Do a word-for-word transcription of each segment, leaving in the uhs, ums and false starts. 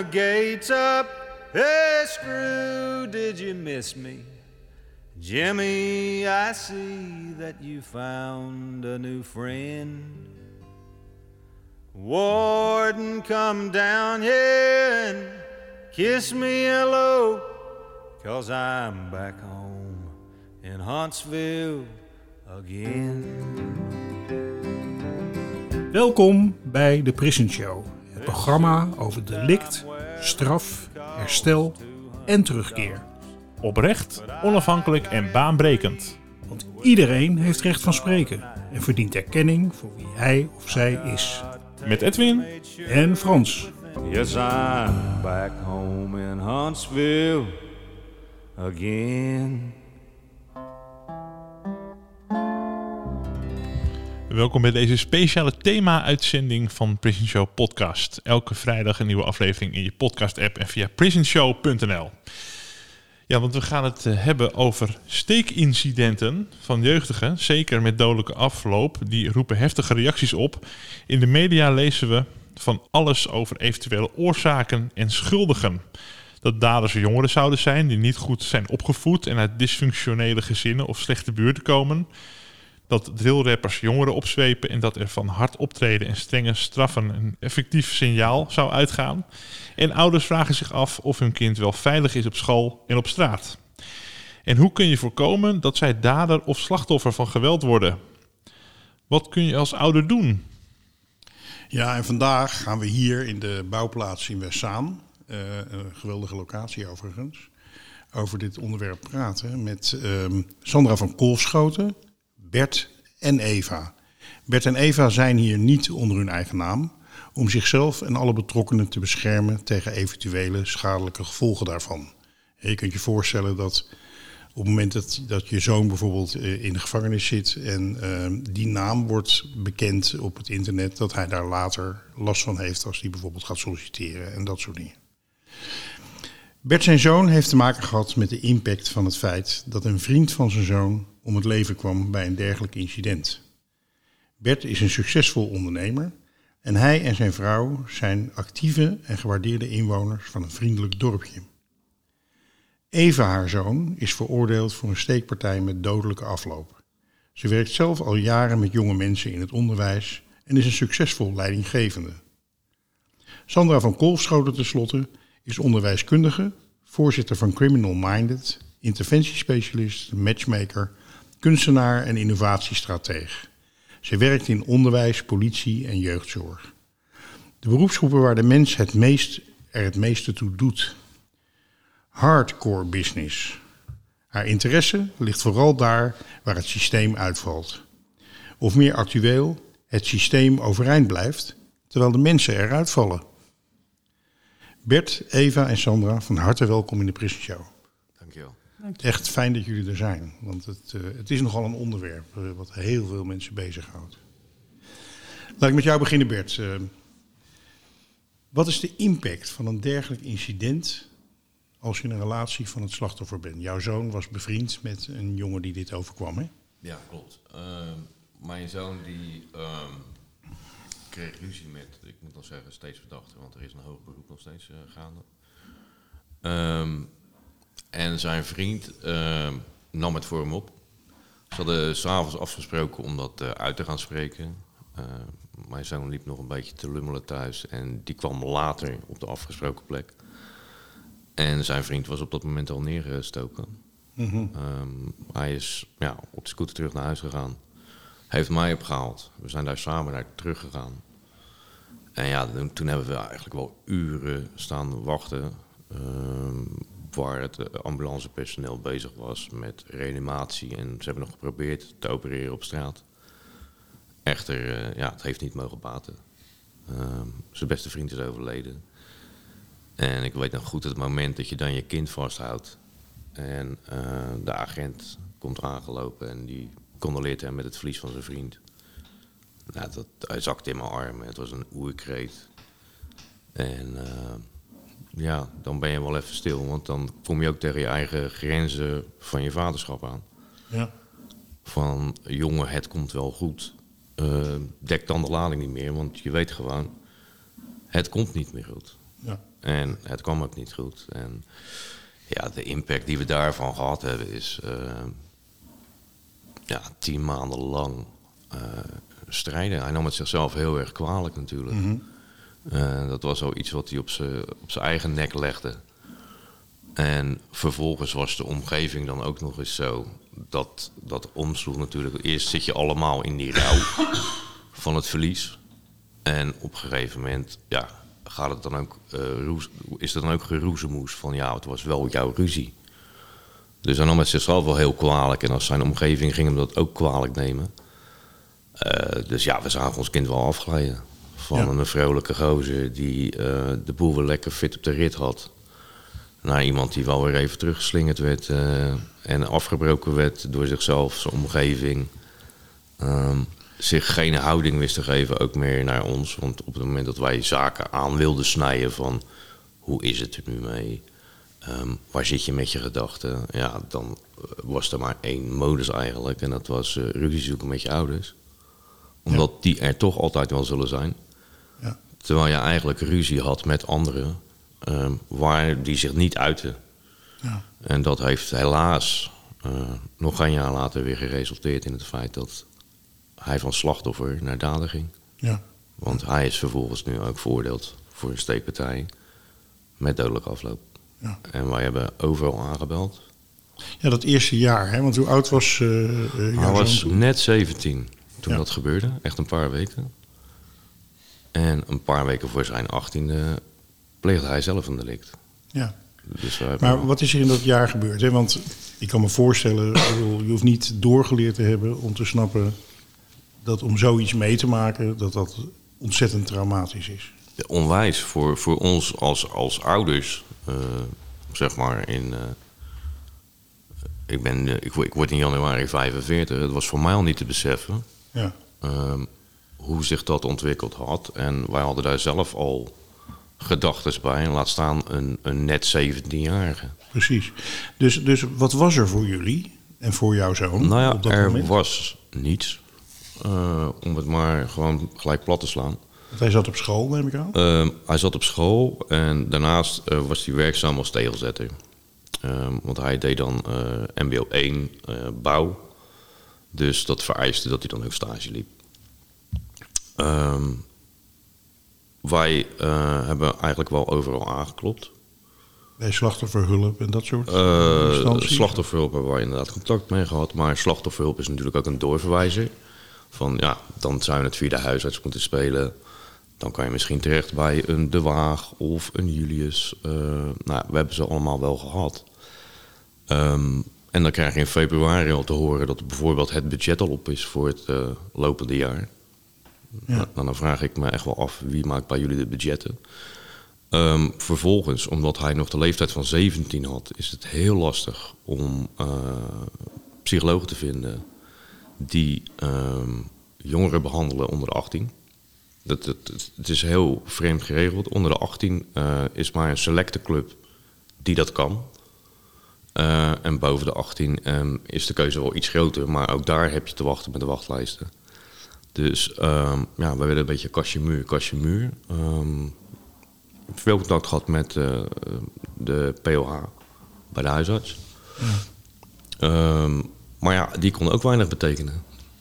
the gates up. Hey, Screw, did you miss me? Jimmy, I see that you found a new friend. Warden, come down here and kiss me hello, 'cause I'm back home in Huntsville again. Welkom bij de Prison Show, het programma over delict, straf, herstel en terugkeer. Oprecht, onafhankelijk en baanbrekend. Want iedereen heeft recht van spreken en verdient erkenning voor wie hij of zij is. Met Edwin en Frans. Yes, I'm back home in Huntsville again. Welkom bij deze speciale thema-uitzending van Prison Show Podcast. Elke vrijdag een nieuwe aflevering in je podcast-app en via prison show punt n l. Ja, want we gaan het hebben over steekincidenten van jeugdigen, zeker met dodelijke afloop. Die roepen heftige reacties op. In de media lezen we van alles over eventuele oorzaken en schuldigen. Dat daders jongeren zouden zijn die niet goed zijn opgevoed en uit dysfunctionele gezinnen of slechte buurten komen. Dat drillrappers jongeren opzwepen en dat er van hard optreden en strenge straffen een effectief signaal zou uitgaan. En ouders vragen zich af of hun kind wel veilig is op school en op straat. En hoe kun je voorkomen dat zij dader of slachtoffer van geweld worden? Wat kun je als ouder doen? Ja, en vandaag gaan we hier in de bouwplaats in Westzaan, uh, een geweldige locatie overigens, over dit onderwerp praten met uh, Sandra van Kolfschoten, Bert en Eva. Bert en Eva zijn hier niet onder hun eigen naam, om zichzelf en alle betrokkenen te beschermen tegen eventuele schadelijke gevolgen daarvan. Je kunt je voorstellen dat op het moment dat, dat je zoon bijvoorbeeld in de gevangenis zit en uh, die naam wordt bekend op het internet, dat hij daar later last van heeft als hij bijvoorbeeld gaat solliciteren en dat soort dingen. Bert zijn zoon heeft te maken gehad met de impact van het feit dat een vriend van zijn zoon om het leven kwam bij een dergelijk incident. Bert is een succesvol ondernemer en hij en zijn vrouw zijn actieve en gewaardeerde inwoners van een vriendelijk dorpje. Eva, haar zoon, is veroordeeld voor een steekpartij met dodelijke afloop. Ze werkt zelf al jaren met jonge mensen in het onderwijs en is een succesvol leidinggevende. Sandra van Kolfschoten tenslotte is onderwijskundige, voorzitter van Criminal Minded, interventiespecialist, matchmaker, kunstenaar en innovatiestrateeg. Ze werkt in onderwijs, politie en jeugdzorg. De beroepsgroepen waar de mens het meest, er het meeste toe doet. Hardcore business. Haar interesse ligt vooral daar waar het systeem uitvalt. Of meer actueel, het systeem overeind blijft, terwijl de mensen eruit vallen. Bert, Eva en Sandra, van harte welkom in de Prison Show. Dankjewel. Echt fijn dat jullie er zijn, want het, uh, het is nogal een onderwerp uh, wat heel veel mensen bezighoudt. Laat ik met jou beginnen, Bert. Uh, wat is de impact van een dergelijk incident als je in een relatie van het slachtoffer bent? Jouw zoon was bevriend met een jongen die dit overkwam, hè? Ja, klopt. Uh, mijn zoon die uh, kreeg ruzie met, ik moet dan zeggen, steeds verdachte, want er is een hoog beroep nog steeds uh, gaande. Um, En zijn vriend uh, nam het voor hem op. Ze hadden 's avonds afgesproken om dat uh, uit te gaan spreken. Uh, mijn zoon liep nog een beetje te lummelen thuis. En die kwam later op de afgesproken plek. En zijn vriend was op dat moment al neergestoken. Mm-hmm. Um, hij is ja, op de scooter terug naar huis gegaan. Hij heeft mij opgehaald. We zijn daar samen naar terug gegaan. En ja, toen hebben we eigenlijk wel uren staan wachten. Um, waar het ambulancepersoneel bezig was met reanimatie. En ze hebben nog geprobeerd te opereren op straat. Echter, uh, ja, het heeft niet mogen baten. Uh, zijn beste vriend is overleden. En ik weet nog goed het moment dat je dan je kind vasthoudt. En uh, de agent komt aangelopen en die condoleert hem met het verlies van zijn vriend. Nou, dat, hij zakte in mijn armen. Het was een oerkreet. En uh, ja, dan ben je wel even stil. Want dan kom je ook tegen je eigen grenzen van je vaderschap aan. Ja. Van, jongen, het komt wel goed. Uh, dek dan de lading niet meer, want je weet gewoon, het komt niet meer goed. Ja. En het kwam ook niet goed. En ja, de impact die we daarvan gehad hebben is uh, ja, tien maanden lang uh, strijden. Hij nam het zichzelf heel erg kwalijk natuurlijk. Mm-hmm. Uh, dat was zoiets wat hij op zijn op zijn eigen nek legde. En vervolgens was de omgeving dan ook nog eens zo dat dat omsloeg natuurlijk. Eerst zit je allemaal in die rouw van het verlies. En op een gegeven moment, ja, gaat het dan ook, uh, roes, is er dan ook geroezemoes van ja, het was wel jouw ruzie. Dus hij nam het zichzelf wel heel kwalijk. En als zijn omgeving ging hem dat ook kwalijk nemen. Uh, dus ja, we zagen ons kind wel afglijden. Van ja. een vrolijke gozer die uh, de boel wel lekker fit op de rit had. Naar iemand die wel weer even teruggeslingerd werd. Uh, en afgebroken werd door zichzelf, zijn omgeving. Um, zich geen houding wist te geven, ook meer naar ons. Want op het moment dat wij zaken aan wilden snijden van hoe is het er nu mee? Um, waar zit je met je gedachten? Ja, dan was er maar één modus eigenlijk. En dat was uh, ruzie zoeken met je ouders. Omdat ja. die er toch altijd wel zullen zijn. Ja. Terwijl je eigenlijk ruzie had met anderen um, waar die zich niet uiten. Ja. En dat heeft helaas uh, nog een jaar later weer geresulteerd in het feit dat hij van slachtoffer naar dader ging. Ja. Want hij is vervolgens nu ook veroordeeld voor een steekpartij met dodelijke afloop. Ja. En wij hebben overal aangebeld. Ja, dat eerste jaar, hè? Want hoe oud was uh, uh, Hij was zoon? net zeventien toen Ja. dat gebeurde. Echt een paar weken. En een paar weken voor zijn achttiende pleegde hij zelf een delict. Ja. Dus wij hebben- Maar wat is er in dat jaar gebeurd? Hè? Want ik kan me voorstellen, ik bedoel, je hoeft niet doorgeleerd te hebben om te snappen dat om zoiets mee te maken, dat dat ontzettend traumatisch is. onwijs voor, voor ons als, als ouders, uh, zeg maar. In, uh, ik, ben, uh, ik, ik word in januari vijfenveertig. Het was voor mij al niet te beseffen Ja. uh, hoe zich dat ontwikkeld had. En wij hadden daar zelf al gedachten bij. En laat staan een, een net zeventienjarige. Precies. Dus, dus wat was er voor jullie en voor jouw zoon Nou ja, op dat er moment? was niets. Uh, om het maar gewoon gelijk plat te slaan. Want hij zat op school, neem ik aan. Uh, hij zat op school en daarnaast uh, was hij werkzaam als tegelzetter. Uh, want hij deed dan uh, M B O één uh, bouw. Dus dat vereiste dat hij dan ook stage liep. Um, wij uh, hebben eigenlijk wel overal aangeklopt. Bij slachtofferhulp en dat soort Uh, instanties? slachtofferhulp hebben wij inderdaad contact mee gehad. Maar slachtofferhulp is natuurlijk ook een doorverwijzer. Van ja, dan zou je het via de huisarts moeten spelen. Dan kan je misschien terecht bij een De Waag of een Julius. Uh, nou, we hebben ze allemaal wel gehad. Um, en dan krijg je in februari al te horen dat bijvoorbeeld het budget al op is voor het uh, lopende jaar. Ja. Nou, dan vraag ik me echt wel af, wie maakt bij jullie de budgetten? Um, vervolgens, omdat hij nog de leeftijd van zeventien had, is het heel lastig om uh, psychologen te vinden die um, jongeren behandelen onder de achttien. Dat, het, het is heel vreemd geregeld. Onder de achttien uh, is maar een selecte club die dat kan. Uh, en boven de achttien um, is de keuze wel iets groter, maar ook daar heb je te wachten met de wachtlijsten. Dus um, ja, we werden een beetje kastje muur, kastje muur. Um, veel contact gehad met uh, de P O H bij de huisarts. Ja. Um, maar ja, die kon ook weinig betekenen.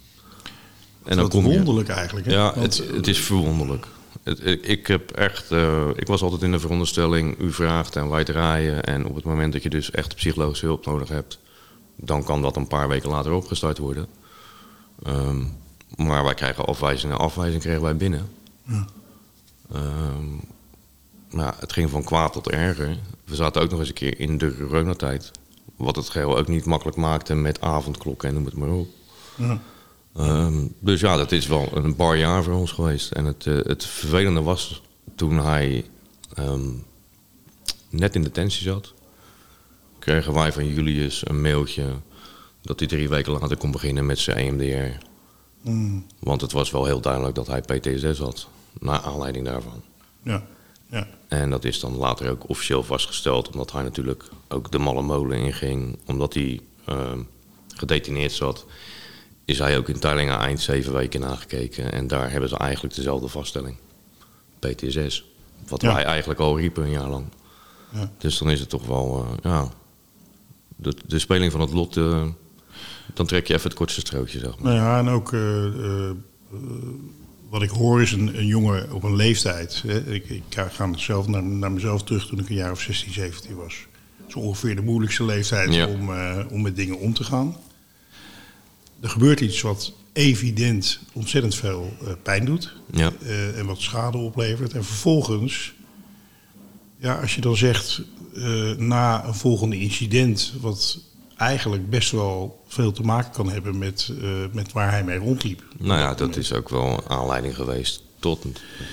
En dat is wonderlijk je, eigenlijk. Hè? Ja, Want, het, het is verwonderlijk. Het, ik, ik, heb echt, uh, ik was altijd in de veronderstelling, u vraagt en wij draaien. En op het moment dat je dus echt psychologische hulp nodig hebt, dan kan dat een paar weken later opgestart worden. Um, maar wij krijgen afwijzing en afwijzing kregen wij binnen. Ja. Um, nou, het ging van kwaad tot erger. We zaten ook nog eens een keer in de coronatijd. Wat het geheel ook niet makkelijk maakte met avondklokken en noem het maar op. Ja. Um, dus ja, dat is wel een bar jaar voor ons geweest. En het, uh, het vervelende was toen hij um, net in detentie zat, kregen wij van Julius een mailtje dat hij drie weken later kon beginnen met zijn E M D R. Mm. Want het was wel heel duidelijk dat hij P T S S had, naar aanleiding daarvan. Ja. Ja. En dat is dan later ook officieel vastgesteld, omdat hij natuurlijk ook de malle molen inging. Omdat hij uh, gedetineerd zat, is hij ook in Teylingen eind zeven weken nagekeken. En daar hebben ze eigenlijk dezelfde vaststelling. P T S S. Wat Ja. wij eigenlijk al riepen een jaar lang. Ja. Dus dan is het toch wel, uh, ja, de, de speling van het lot, uh, dan trek je even het kortste strootje, zeg maar. Nou ja, en ook uh, uh, wat ik hoor is een, een jongen op een leeftijd. Hè. Ik, ik ga zelf naar, naar mezelf terug toen ik een jaar of zestien, zeventien was. Dat is ongeveer de moeilijkste leeftijd Ja. om, uh, om met dingen om te gaan. Er gebeurt iets wat evident ontzettend veel uh, pijn doet. Ja. Uh, en wat schade oplevert. En vervolgens, ja, als je dan zegt, uh, na een volgende incident, wat eigenlijk best wel veel te maken kan hebben met, uh, met waar hij mee rondliep. Nou ja, dat is ook wel een aanleiding geweest tot...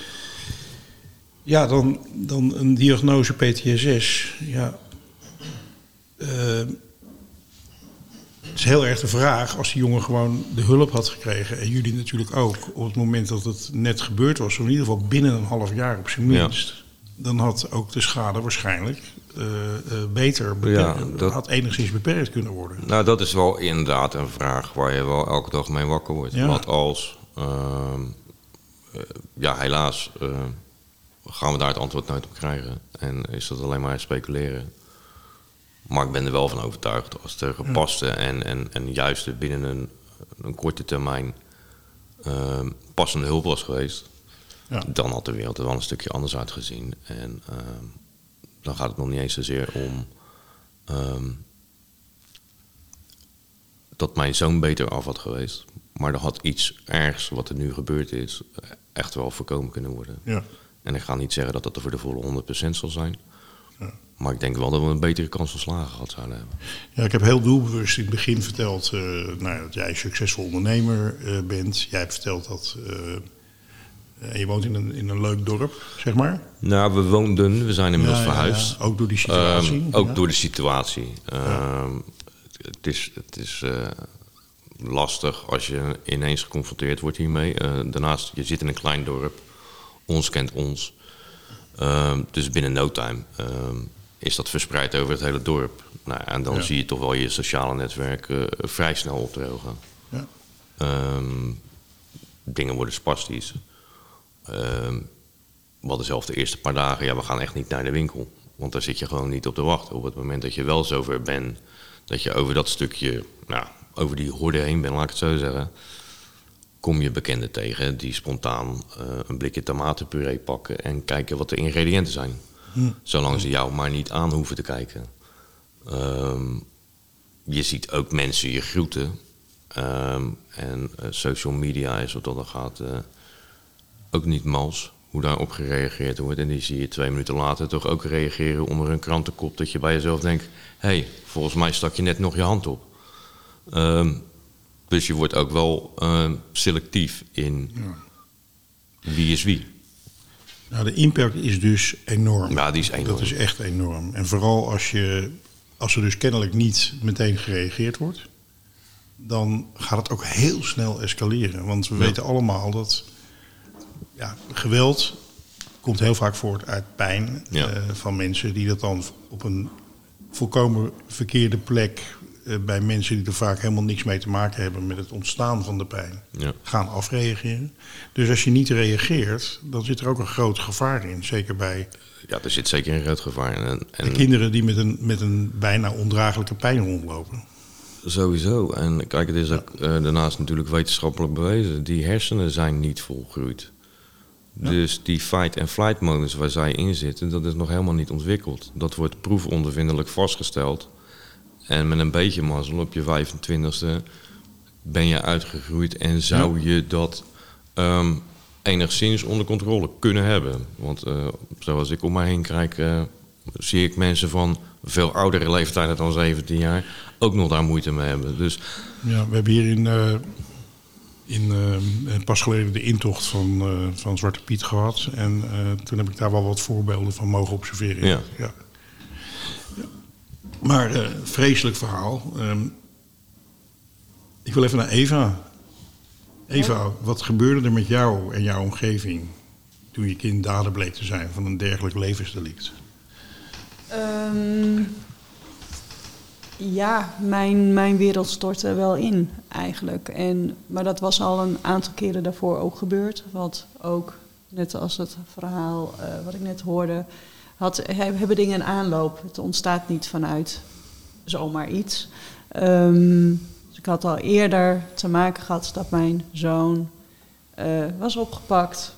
Ja, dan, dan een diagnose P T S S. Ja. Uh, het is heel erg de vraag, als die jongen gewoon de hulp had gekregen, en jullie natuurlijk ook, op het moment dat het net gebeurd was, of in ieder geval binnen een half jaar op zijn minst, ja. Dan had ook de schade waarschijnlijk uh, uh, beter, beperkt, Ja, dat... had enigszins beperkt kunnen worden. Nou, dat is wel inderdaad een vraag waar je wel elke dag mee wakker wordt. Ja. Wat als, uh, uh, ja helaas, uh, gaan we daar het antwoord nooit op krijgen. En is dat alleen maar speculeren. Maar ik ben er wel van overtuigd, als er gepaste ja. en, en, en juist binnen een, een korte termijn uh, passende hulp was geweest, ja. dan had de wereld er wel een stukje anders uitgezien. En uh, dan gaat het nog niet eens zozeer om um, dat mijn zoon beter af had geweest. Maar er had iets ergs wat er nu gebeurd is echt wel voorkomen kunnen worden. Ja. En ik ga niet zeggen dat dat er voor de volle honderd procent zal zijn. Ja. Maar ik denk wel dat we een betere kans van slagen gehad zouden hebben. Ja, ik heb heel doelbewust in het begin verteld uh, nou, dat jij een succesvol ondernemer uh, bent. Jij hebt verteld dat... Uh, En je woont in een, in een leuk dorp, zeg maar? Nou, we woonden, we zijn inmiddels ja, verhuisd. Ja, ja. Ook door die situatie? Um, ook ja. door de situatie. Ja. Um, het is, het is uh, lastig als je ineens geconfronteerd wordt hiermee. Uh, daarnaast, je zit in een klein dorp. Ons kent ons. Um, dus binnen no time um, is dat verspreid over het hele dorp. Nou, en dan ja. zie je toch wel je sociale netwerk uh, vrij snel opdrogen. Ja. Um, dingen worden spastisch. Um, we hadden zelf de eerste paar dagen, ja, we gaan echt niet naar de winkel. Want daar zit je gewoon niet op te wachten. Op het moment dat je wel zover bent, dat je over dat stukje, nou, over die horde heen bent, laat ik het zo zeggen, kom je bekenden tegen die spontaan uh, een blikje tomatenpuree pakken en kijken wat de ingrediënten zijn. Hm. Zolang ze jou maar niet aan hoeven te kijken. Um, je ziet ook mensen je groeten. Um, en uh, social media is wat dat dan gaat... Uh, ook niet mals, hoe daarop gereageerd wordt. En die zie je twee minuten later toch ook reageren onder een krantenkop, dat je bij jezelf denkt, hé, hey, volgens mij stak je net nog je hand op. Um, dus je wordt ook wel uh, selectief in ja. wie is wie. Nou, de impact is dus enorm. Ja, die is enorm. Dat is echt enorm. En vooral als, je, als er dus kennelijk niet meteen gereageerd wordt, dan gaat het ook heel snel escaleren. Want we ja. weten allemaal dat... Ja, geweld komt heel vaak voort uit pijn ja. uh, van mensen die dat dan op een volkomen verkeerde plek uh, bij mensen die er vaak helemaal niks mee te maken hebben met het ontstaan van de pijn ja. gaan afreageren. Dus als je niet reageert, dan zit er ook een groot gevaar in. Zeker bij ja, er zit zeker een groot gevaar in. En, en... de kinderen die met een, met een bijna ondraaglijke pijn rondlopen. Sowieso. En kijk, het is ook uh, daarnaast natuurlijk wetenschappelijk bewezen. Die hersenen zijn niet volgroeid. Ja. Dus die fight- en flight-modus waar zij in zitten, dat is nog helemaal niet ontwikkeld. Dat wordt proefondervindelijk vastgesteld. En met een beetje mazzel op je vijfentwintigste ben je uitgegroeid en zou ja. je dat um, enigszins onder controle kunnen hebben. Want uh, zoals ik om mij heen kijk, uh, zie ik mensen van veel oudere leeftijden dan zeventien jaar ook nog daar moeite mee hebben. Dus, ja, we hebben hier in... Uh... In uh, pas geleden de intocht van, uh, van Zwarte Piet gehad. En uh, toen heb ik daar wel wat voorbeelden van mogen observeren. Ja. Ja. Ja. Maar uh, vreselijk verhaal. Um, ik wil even naar Eva. Eva, wat gebeurde er met jou en jouw omgeving toen je kind dader bleek te zijn van een dergelijk levensdelict? Um... Ja, mijn, mijn wereld stortte wel in eigenlijk. En, maar dat was al een aantal keren daarvoor ook gebeurd. Wat ook net als het verhaal uh, wat ik net hoorde, had, hebben dingen een aanloop. Het ontstaat niet vanuit zomaar iets. Um, dus ik had al eerder te maken gehad dat mijn zoon uh, was opgepakt.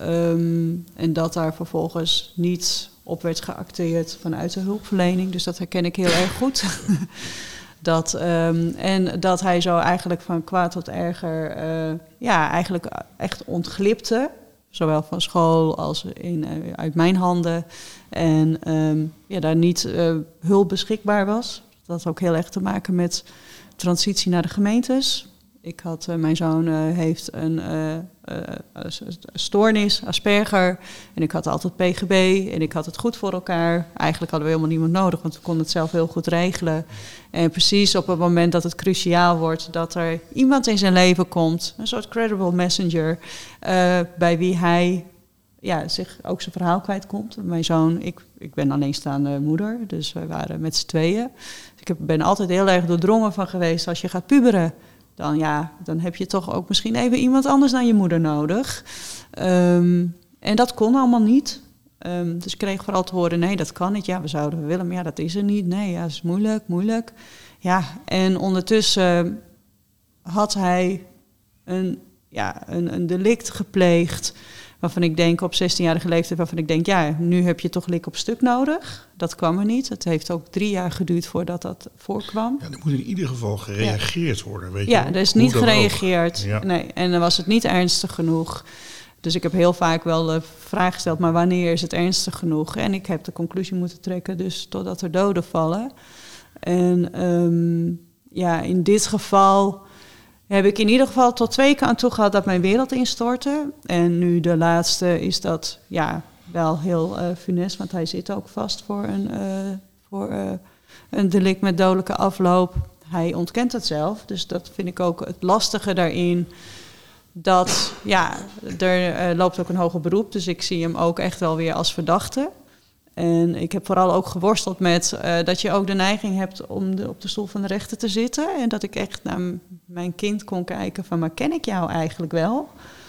Um, en dat daar vervolgens niet op werd geacteerd vanuit de hulpverlening. Dus dat herken ik heel erg goed. dat, um, en dat hij zo eigenlijk van kwaad tot erger, uh, ja, eigenlijk echt ontglipte. Zowel van school als in, uh, uit mijn handen. En um, ja, daar niet uh, hulp beschikbaar was. Dat had ook heel erg te maken met transitie naar de gemeentes. Ik had, uh, mijn zoon uh, heeft een uh, uh, stoornis, Asperger. En ik had altijd P G B en ik had het goed voor elkaar. Eigenlijk hadden we helemaal niemand nodig, want we konden het zelf heel goed regelen. En precies op het moment dat het cruciaal wordt, dat er iemand in zijn leven komt, een soort credible messenger, uh, bij wie hij ja, zich ook zijn verhaal kwijtkomt. Mijn zoon, ik, ik ben alleenstaande moeder, dus wij waren met z'n tweeën. Ik heb, ben altijd heel erg doordrongen van geweest, als je gaat puberen, dan, ja, dan heb je toch ook misschien even iemand anders dan je moeder nodig. Um, en dat kon allemaal niet. Um, dus ik kreeg vooral te horen, nee, dat kan niet. Ja, we zouden willen, maar ja, dat is er niet. Nee, ja, dat is moeilijk, moeilijk. Ja, en ondertussen had hij een, ja, een, een delict gepleegd, waarvan ik denk op zestienjarige leeftijd, waarvan ik denk, ja, nu heb je toch lik op stuk nodig. Dat kwam er niet. Het heeft ook drie jaar geduurd voordat dat voorkwam. Ja, er moet in ieder geval gereageerd ja. worden, weet je. Ja, er is niet gereageerd. Ja. Nee, en dan was het niet ernstig genoeg. Dus ik heb heel vaak wel de vraag gesteld, maar wanneer is het ernstig genoeg? En ik heb de conclusie moeten trekken, dus totdat er doden vallen. En um, ja, in dit geval heb ik in ieder geval tot twee keer aan toe gehad dat mijn wereld instortte. En nu de laatste is dat ja wel heel uh, funest, want hij zit ook vast voor een, uh, voor, uh, een delict met dodelijke afloop. Hij ontkent het zelf, dus dat vind ik ook het lastige daarin. Dat, ja, er uh, loopt ook een hoger beroep, dus ik zie hem ook echt wel weer als verdachte. En ik heb vooral ook geworsteld met uh, dat je ook de neiging hebt om de, op de stoel van de rechter te zitten. En dat ik echt naar m- mijn kind kon kijken van, maar ken ik jou eigenlijk wel?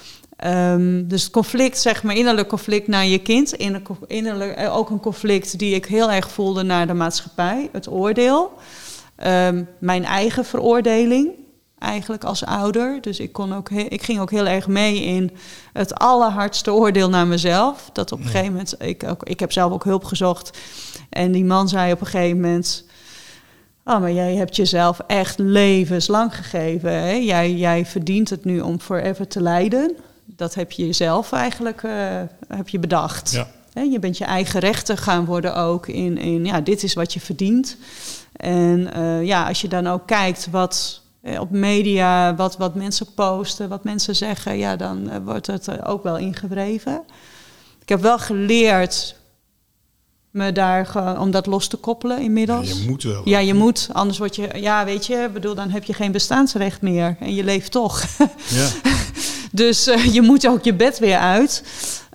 Um, dus het conflict, zeg maar, innerlijk conflict naar je kind. Innerlijk, innerlijk, uh, ook een conflict die ik heel erg voelde naar de maatschappij, het oordeel. Um, mijn eigen veroordeling. Eigenlijk als ouder. Dus ik, kon ook he- ik ging ook heel erg mee in het allerhardste oordeel naar mezelf. Dat op een gegeven moment, ik, ook, ik heb zelf ook hulp gezocht. En die man zei op een gegeven moment, oh, maar jij hebt jezelf echt levenslang gegeven. Hè? Jij, jij verdient het nu om forever te lijden. Dat heb je jezelf eigenlijk uh, heb je bedacht. Ja. Hè? Je bent je eigen rechter gaan worden ook in, in ja, dit is wat je verdient. En uh, ja, als je dan ook kijkt wat op media, wat, wat mensen posten, wat mensen zeggen, ja, dan uh, wordt het uh, ook wel ingewreven. Ik heb wel geleerd me daar ge- om dat los te koppelen inmiddels. Ja, je moet wel. Ja, je moet, anders word je, ja, weet je, bedoel, dan heb je geen bestaansrecht meer en je leeft toch. Ja. Dus uh, je moet ook je bed weer uit.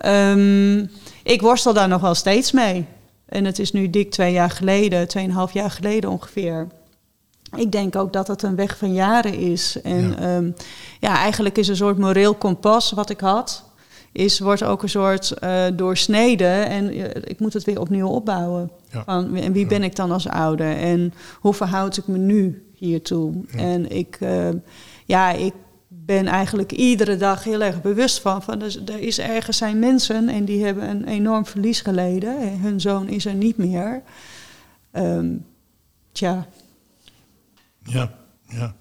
Um, ik worstel daar nog wel steeds mee. En het is nu dik twee jaar geleden, tweeënhalf jaar geleden ongeveer. Ik denk ook dat het een weg van jaren is. En ja, um, ja eigenlijk is een soort moreel kompas wat ik had, is, wordt ook een soort uh, doorsneden. En uh, ik moet het weer opnieuw opbouwen. Ja. Van, en wie ja. ben ik dan als ouder? En hoe verhoud ik me nu hiertoe? Ja. En ik, uh, ja, ik ben eigenlijk iedere dag heel erg bewust van, van er, er is ergens zijn mensen en die hebben een enorm verlies geleden. En hun zoon is er niet meer. Um, tja. Ja, ja.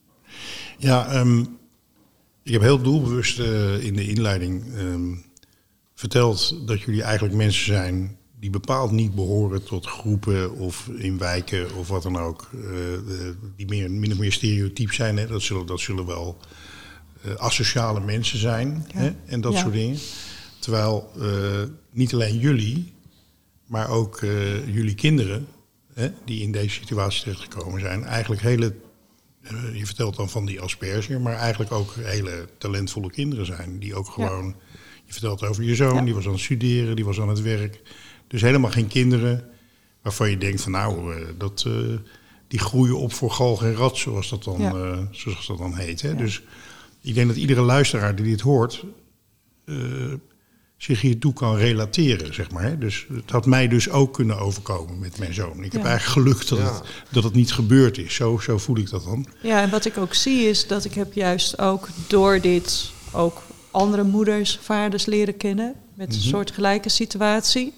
Ja, um, ik heb heel doelbewust uh, in de inleiding um, verteld dat jullie eigenlijk mensen zijn die bepaald niet behoren tot groepen of in wijken of wat dan ook. Uh, de, die meer, min of meer stereotyp zijn. Hè? Dat, zullen, dat zullen wel uh, asociale mensen zijn, ja, hè? En dat ja. soort dingen. Terwijl uh, niet alleen jullie, maar ook uh, jullie kinderen, hè, die in deze situatie terechtgekomen zijn, eigenlijk hele, uh, je vertelt dan van die Asperger, maar eigenlijk ook hele talentvolle kinderen zijn. Die ook gewoon, ja. je vertelt over je zoon, ja. die was aan het studeren, die was aan het werk. Dus helemaal geen kinderen waarvan je denkt van nou, uh, dat, uh, die groeien op voor galg en rat, zoals dat dan, ja. uh, zoals dat dan heet. Hè? Ja. Dus ik denk dat iedere luisteraar die dit hoort, uh, zich hiertoe kan relateren, zeg maar. Hè? Dus het had mij dus ook kunnen overkomen met mijn zoon. Ik heb Ja. eigenlijk geluk dat, Ja. het, dat het niet gebeurd is. Zo, zo voel ik dat dan. Ja, en wat ik ook zie is dat ik heb juist ook door dit ook andere moeders, vaders leren kennen met een Mhm. soortgelijke situatie.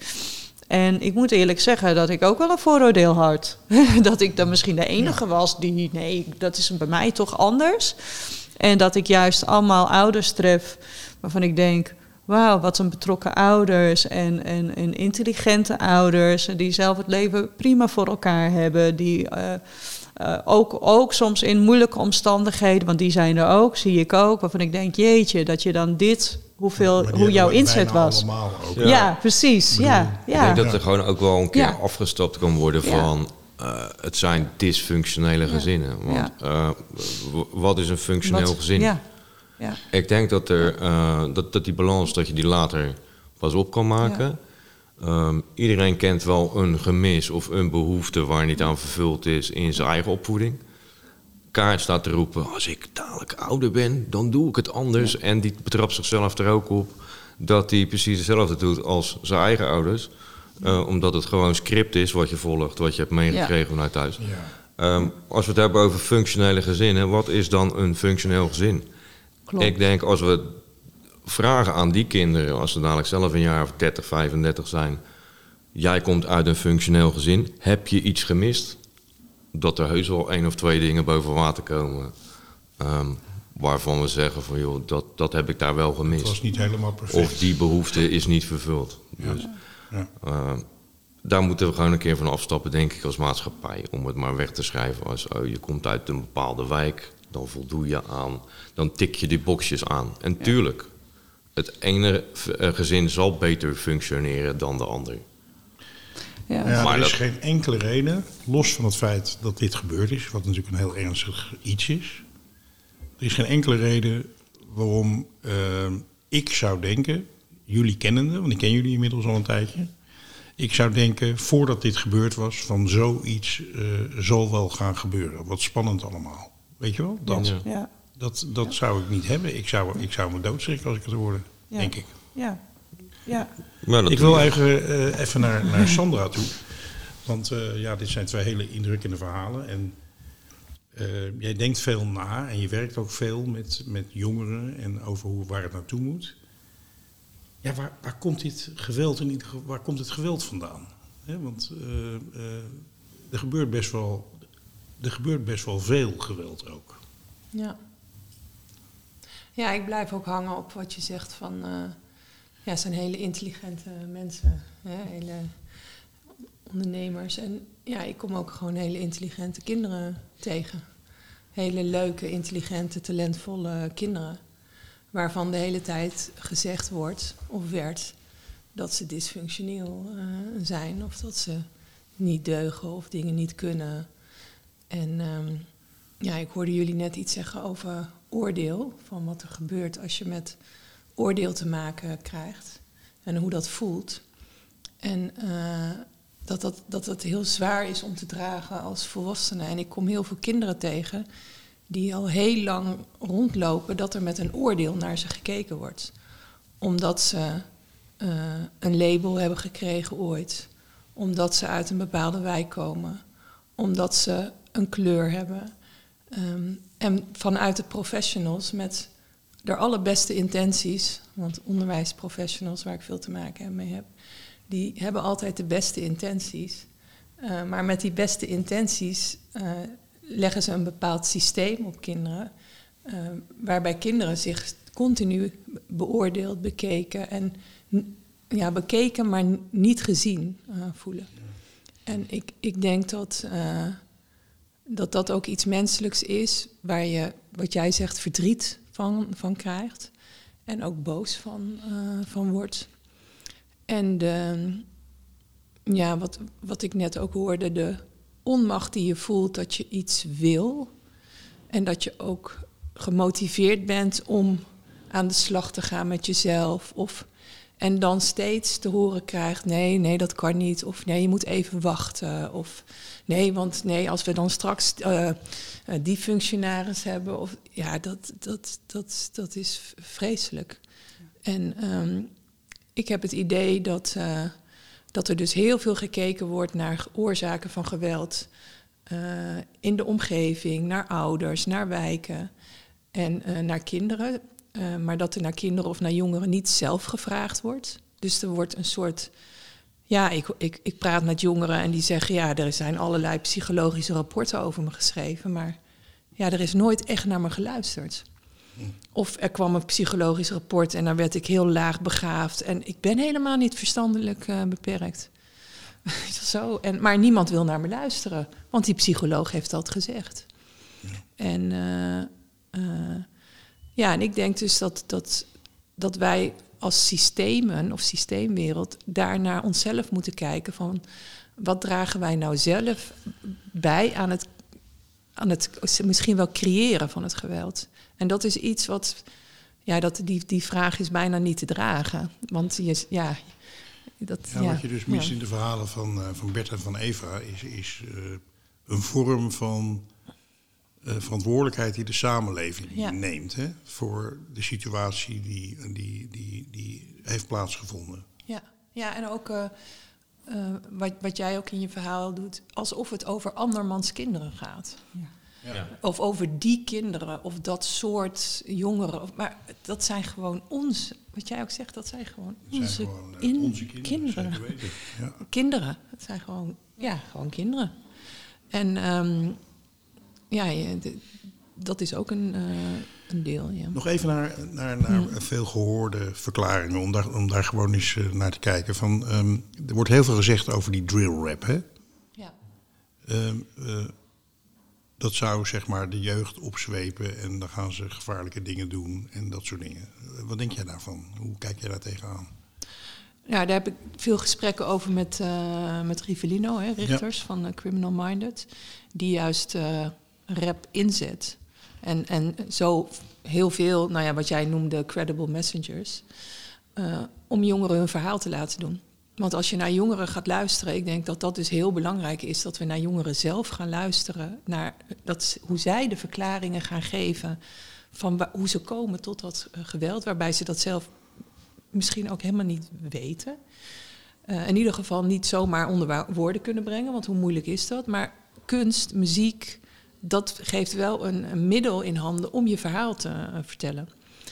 En ik moet eerlijk zeggen dat ik ook wel een vooroordeel had. Dat ik dan misschien de enige was die, nee, dat is bij mij toch anders. En dat ik juist allemaal ouders tref waarvan ik denk, wauw, wat een betrokken ouders en, en, en intelligente ouders die zelf het leven prima voor elkaar hebben, die uh, uh, ook, ook soms in moeilijke omstandigheden, want die zijn er ook, zie ik ook, waarvan ik denk, jeetje, dat je dan dit, hoeveel, Maar die hoe jouw hebben we inzet bijna was. allemaal ook. Ja, Ja. precies. Ja, Ik ja. denk dat er gewoon ook wel een keer Ja. afgestapt kan worden Ja. van... Uh, het zijn dysfunctionele gezinnen. Want uh, w- wat is een functioneel Wat- gezin? Ja. Ja. Ik denk dat, er, uh, dat, dat die balans, dat je die later pas op kan maken. Um, iedereen kent wel een gemis of een behoefte waar niet aan vervuld is in zijn eigen opvoeding. Kaart staat te roepen, als ik dadelijk ouder ben, dan doe ik het anders. Ja. En die betrapt zichzelf er ook op dat hij precies hetzelfde doet als zijn eigen ouders. Uh, omdat het gewoon script is wat je volgt, wat je hebt meegekregen vanuit thuis. Ja. Um, als we het hebben over functionele gezinnen, wat is dan een functioneel gezin? Klopt. Ik denk als we vragen aan die kinderen, als ze dadelijk zelf een jaar of dertig, vijfendertig zijn, jij komt uit een functioneel gezin, heb je iets gemist? Dat er heus wel één of twee dingen boven water komen. Um, waarvan we zeggen van joh, dat, dat heb ik daar wel gemist. Het was niet helemaal perfect. Of die behoefte is niet vervuld. Ja. Dus, Ja. uh, daar moeten we gewoon een keer van afstappen, denk ik, als maatschappij. Om het maar weg te schrijven als oh, je komt uit een bepaalde wijk, dan voldoe je aan, dan tik je die boxjes aan. En Ja. tuurlijk, het ene gezin zal beter functioneren dan de ander. Ja. Ja, Maar er is dat- geen enkele reden, los van het feit dat dit gebeurd is, wat natuurlijk een heel ernstig iets is. Er is geen enkele reden waarom uh, ik zou denken, jullie kennende, want ik ken jullie inmiddels al een tijdje. Ik zou denken, voordat dit gebeurd was, van zoiets uh, zal wel gaan gebeuren. Wat spannend allemaal. Weet je wel? Dat, Ja. Ja. dat, dat zou ik niet hebben. Ik zou, ik zou me doodschrikken als ik het hoorde, Ja. denk ik. Ja. Ja. Maar dat Ik wil eigenlijk uh, even naar, naar Sandra toe. Want uh, ja, dit zijn twee hele indrukkende verhalen. En uh, jij denkt veel na en je werkt ook veel met, met jongeren en over hoe, waar het naartoe moet. Ja, waar, waar komt dit geweld in ieder geval, waar komt het geweld vandaan? He, want uh, uh, er gebeurt best wel, er gebeurt best wel veel geweld ook. Ja. Ja, ik blijf ook hangen op wat je zegt van... Uh, ja, het zijn hele intelligente mensen. Hè? Hele ondernemers. En ja, ik kom ook gewoon hele intelligente kinderen tegen. Hele leuke, intelligente, talentvolle kinderen. Waarvan de hele tijd gezegd wordt of werd dat ze dysfunctioneel uh, zijn. Of dat ze niet deugen of dingen niet kunnen. En um, ja, ik hoorde jullie net iets zeggen over oordeel. Van wat er gebeurt als je met oordeel te maken krijgt. En hoe dat voelt. En uh, dat, dat, dat het heel zwaar is om te dragen als volwassene. En ik kom heel veel kinderen tegen die al heel lang rondlopen dat er met een oordeel naar ze gekeken wordt. Omdat ze uh, een label hebben gekregen ooit. Omdat ze uit een bepaalde wijk komen. Omdat ze een kleur hebben. Um, en vanuit de professionals met de allerbeste intenties, want onderwijsprofessionals waar ik veel te maken mee heb, die hebben altijd de beste intenties. Uh, maar met die beste intenties uh, leggen ze een bepaald systeem op kinderen, uh, waarbij kinderen zich continu beoordeeld, bekeken en ja, bekeken, maar niet gezien uh, voelen. En ik, ik denk dat, uh, dat dat ook iets menselijks is, waar je, wat jij zegt, verdriet van, van krijgt. En ook boos van, uh, van wordt. En de, ja, wat, wat ik net ook hoorde, de onmacht die je voelt dat je iets wil. En dat je ook gemotiveerd bent om aan de slag te gaan met jezelf. Of, en dan steeds te horen krijgt, nee, nee, dat kan niet. Of nee, je moet even wachten. Of nee, want nee, als we dan straks uh, uh, die functionaris hebben. Of, ja, dat, dat, dat, dat is vreselijk. En um, ik heb het idee dat, uh, dat er dus heel veel gekeken wordt naar oorzaken van geweld uh, in de omgeving, naar ouders, naar wijken en uh, naar kinderen. Uh, maar dat er naar kinderen of naar jongeren niet zelf gevraagd wordt. Dus er wordt een soort... Ja, ik, ik, ik praat met jongeren en die zeggen... ja, er zijn allerlei psychologische rapporten over me geschreven... maar ja, er is nooit echt naar me geluisterd. Of er kwam een psychologisch rapport en dan werd ik heel laag begaafd... en ik ben helemaal niet verstandelijk uh, beperkt. Zo, en, maar niemand wil naar me luisteren, want die psycholoog heeft dat gezegd. Ja. En... Uh, uh, Ja, en ik denk dus dat, dat, dat wij als systemen of systeemwereld daar naar onszelf moeten kijken van wat dragen wij nou zelf bij aan het, aan het misschien wel creëren van het geweld. En dat is iets wat, ja, dat, die, die vraag is bijna niet te dragen. Want je, ja, dat, ja, ja, wat je dus mist ja. in de verhalen van, uh, van Bert en van Eva is, is uh, een vorm van... Uh, verantwoordelijkheid die de samenleving ja. neemt hè, voor de situatie die, die, die, die heeft plaatsgevonden. Ja, ja en ook uh, uh, wat, wat jij ook in je verhaal doet, alsof het over andermans kinderen gaat. Ja. Ja. Of over die kinderen of dat soort jongeren. Of, maar dat zijn gewoon ons, wat jij ook zegt, dat zijn gewoon dat onze, zijn gewoon, uh, in, onze kinderen. kinderen. Ja. Kinderen, het zijn gewoon, ja, gewoon kinderen. En... Um, Ja, ja de, dat is ook een, uh, een deel, ja. Nog even naar, naar, naar hmm. veel gehoorde verklaringen, om daar, om daar gewoon eens uh, naar te kijken. Van, um, er wordt heel veel gezegd over die drill rap, hè? Ja. Um, uh, dat zou, zeg maar, de jeugd opzwepen en dan gaan ze gevaarlijke dingen doen en dat soort dingen. Uh, wat denk jij daarvan? Hoe kijk jij daar tegenaan? Ja, daar heb ik veel gesprekken over met, uh, met Rivellino, hè, Richters ja. van uh, Criminal Minded. Die juist... Uh, rap inzet. En, en zo heel veel, nou ja, wat jij noemde credible messengers, uh, om jongeren hun verhaal te laten doen. Want als je naar jongeren gaat luisteren, ik denk dat dat dus heel belangrijk is, dat we naar jongeren zelf gaan luisteren, naar dat, hoe zij de verklaringen gaan geven van wa- hoe ze komen tot dat uh, geweld, waarbij ze dat zelf misschien ook helemaal niet weten. Uh, in ieder geval niet zomaar onder woorden kunnen brengen, want hoe moeilijk is dat? Maar kunst, muziek, dat geeft wel een, een middel in handen om je verhaal te uh, vertellen.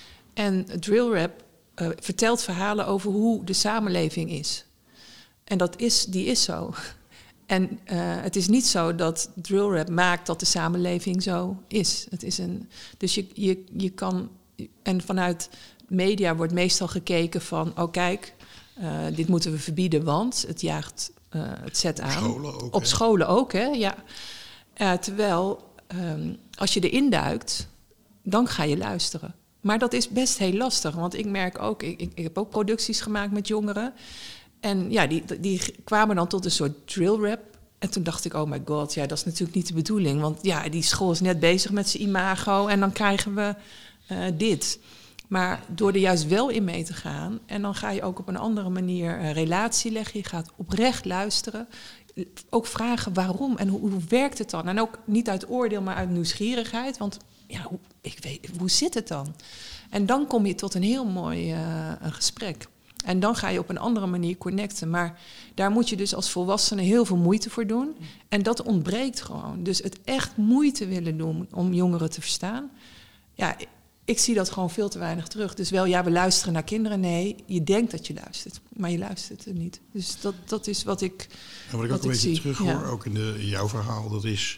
En drill rap uh, vertelt verhalen over hoe de samenleving is. En dat is, die is zo. En uh, het is niet zo dat drill rap maakt dat de samenleving zo is. Het is een, dus je, je, je kan... En vanuit media wordt meestal gekeken van... oh kijk, uh, dit moeten we verbieden, want het jaagt uh, het zet aan. Op scholen ook, Op hè? scholen ook, hè, ja. Uh, terwijl, um, als je erin duikt, dan ga je luisteren. Maar dat is best heel lastig, want ik merk ook... Ik, ik, ik heb ook producties gemaakt met jongeren. En ja, die, die kwamen dan tot een soort drill rap. En toen dacht ik, oh my god, ja, dat is natuurlijk niet de bedoeling. Want ja, die school is net bezig met zijn imago en dan krijgen we uh, dit. Maar door er juist wel in mee te gaan... en dan ga je ook op een andere manier een relatie leggen. Je gaat oprecht luisteren. Ook vragen waarom en hoe, hoe werkt het dan? En ook niet uit oordeel, maar uit nieuwsgierigheid. Want ja, hoe, ik weet, hoe zit het dan? En dan kom je tot een heel mooi uh, een gesprek. En dan ga je op een andere manier connecten. Maar daar moet je dus als volwassene heel veel moeite voor doen. En dat ontbreekt gewoon. Dus het echt moeite willen doen om jongeren te verstaan. Ja, ik zie dat gewoon veel te weinig terug. Dus wel, ja, we luisteren naar kinderen. Nee, je denkt dat je luistert, maar je luistert er niet. Dus dat, dat is wat ik En wat ik ook wat een ik beetje zie. terug hoor, Ja. ook in, de, in jouw verhaal, dat is...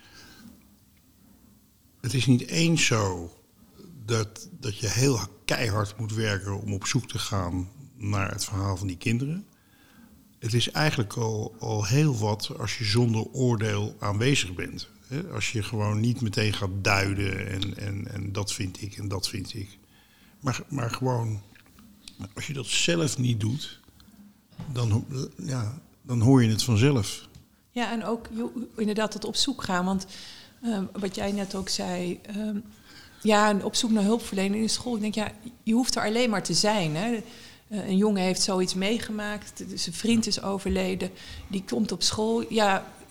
Het is niet eens zo dat, dat je heel keihard moet werken om op zoek te gaan naar het verhaal van die kinderen. Het is eigenlijk al, al heel wat als je zonder oordeel aanwezig bent. Hè? Als je gewoon niet meteen gaat duiden en, en, en dat vind ik en dat vind ik. Maar, maar gewoon, als je dat zelf niet doet, dan, ja, dan hoor je het vanzelf. Ja, en ook je, inderdaad dat op zoek gaan. Want uh, wat jij net ook zei... Uh, ja, op zoek naar hulpverlening in de school. Ik denk, ja, je hoeft er alleen maar te zijn. Hè. Uh, een jongen heeft zoiets meegemaakt. Zijn vriend is overleden. Die komt op school. Ja,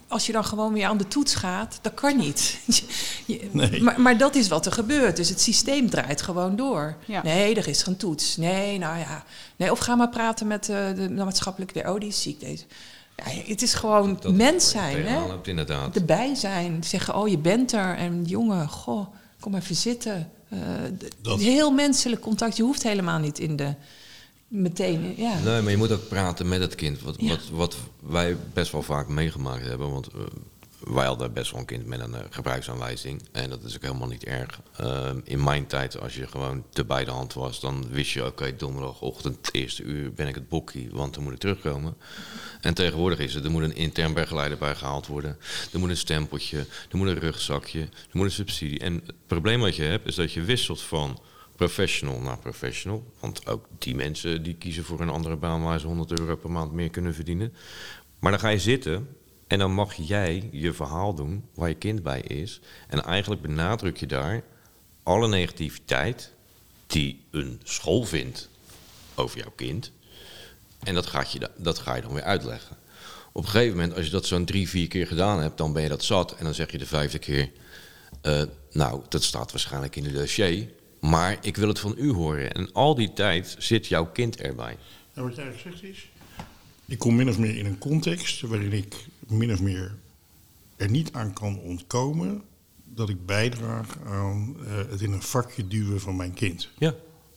als je dan gewoon weer aan de toets gaat, dat kan niet. je, Nee. maar, maar dat is wat er gebeurt. Dus het systeem draait gewoon door. Ja. Nee, er is geen toets. Nee, nou ja. Nee, of ga maar praten met uh, de maatschappelijke werk. Oh, die is ziek deze. Ja, het is gewoon Dat mens zijn, hè? Loopt, inderdaad. Erbij zijn. Zeggen, oh, je bent er. En jongen, goh, kom even zitten. Uh, Dat- heel menselijk contact. Je hoeft helemaal niet in de... Meteen, ja. Nee, maar je moet ook praten met het kind. Wat, Ja. wat, wat wij best wel vaak meegemaakt hebben. Want uh, wij hadden best wel een kind met een uh, gebruiksaanwijzing. En dat is ook helemaal niet erg. Uh, in mijn tijd, als je gewoon te bij de hand was, dan wist je, oké, okay, donderdagochtend, het eerste uur ben ik het bokkie, want dan moet ik terugkomen. En tegenwoordig is het, er moet een intern begeleider bij gehaald worden. Er moet een stempeltje, er moet een rugzakje, er moet een subsidie. En het probleem wat je hebt, is dat je wisselt van professional naar professional. Want ook die mensen die kiezen voor een andere baan waar ze honderd euro per maand meer kunnen verdienen. Maar dan ga je zitten en dan mag jij je verhaal doen waar je kind bij is. En eigenlijk benadruk je daar alle negativiteit die een school vindt over jouw kind. En dat, gaat je, dat ga je dan weer uitleggen. Op een gegeven moment, als je dat zo'n drie, vier keer gedaan hebt, dan ben je dat zat. En dan zeg je de vijfde keer, uh, nou, dat staat waarschijnlijk in de dossier. Maar ik wil het van u horen. En al die tijd zit jouw kind erbij. Nou, wat jij eigenlijk zegt is, ik kom min of meer in een context waarin ik min of meer er niet aan kan ontkomen dat ik bijdraag aan uh, het in een vakje duwen van mijn kind. Ja.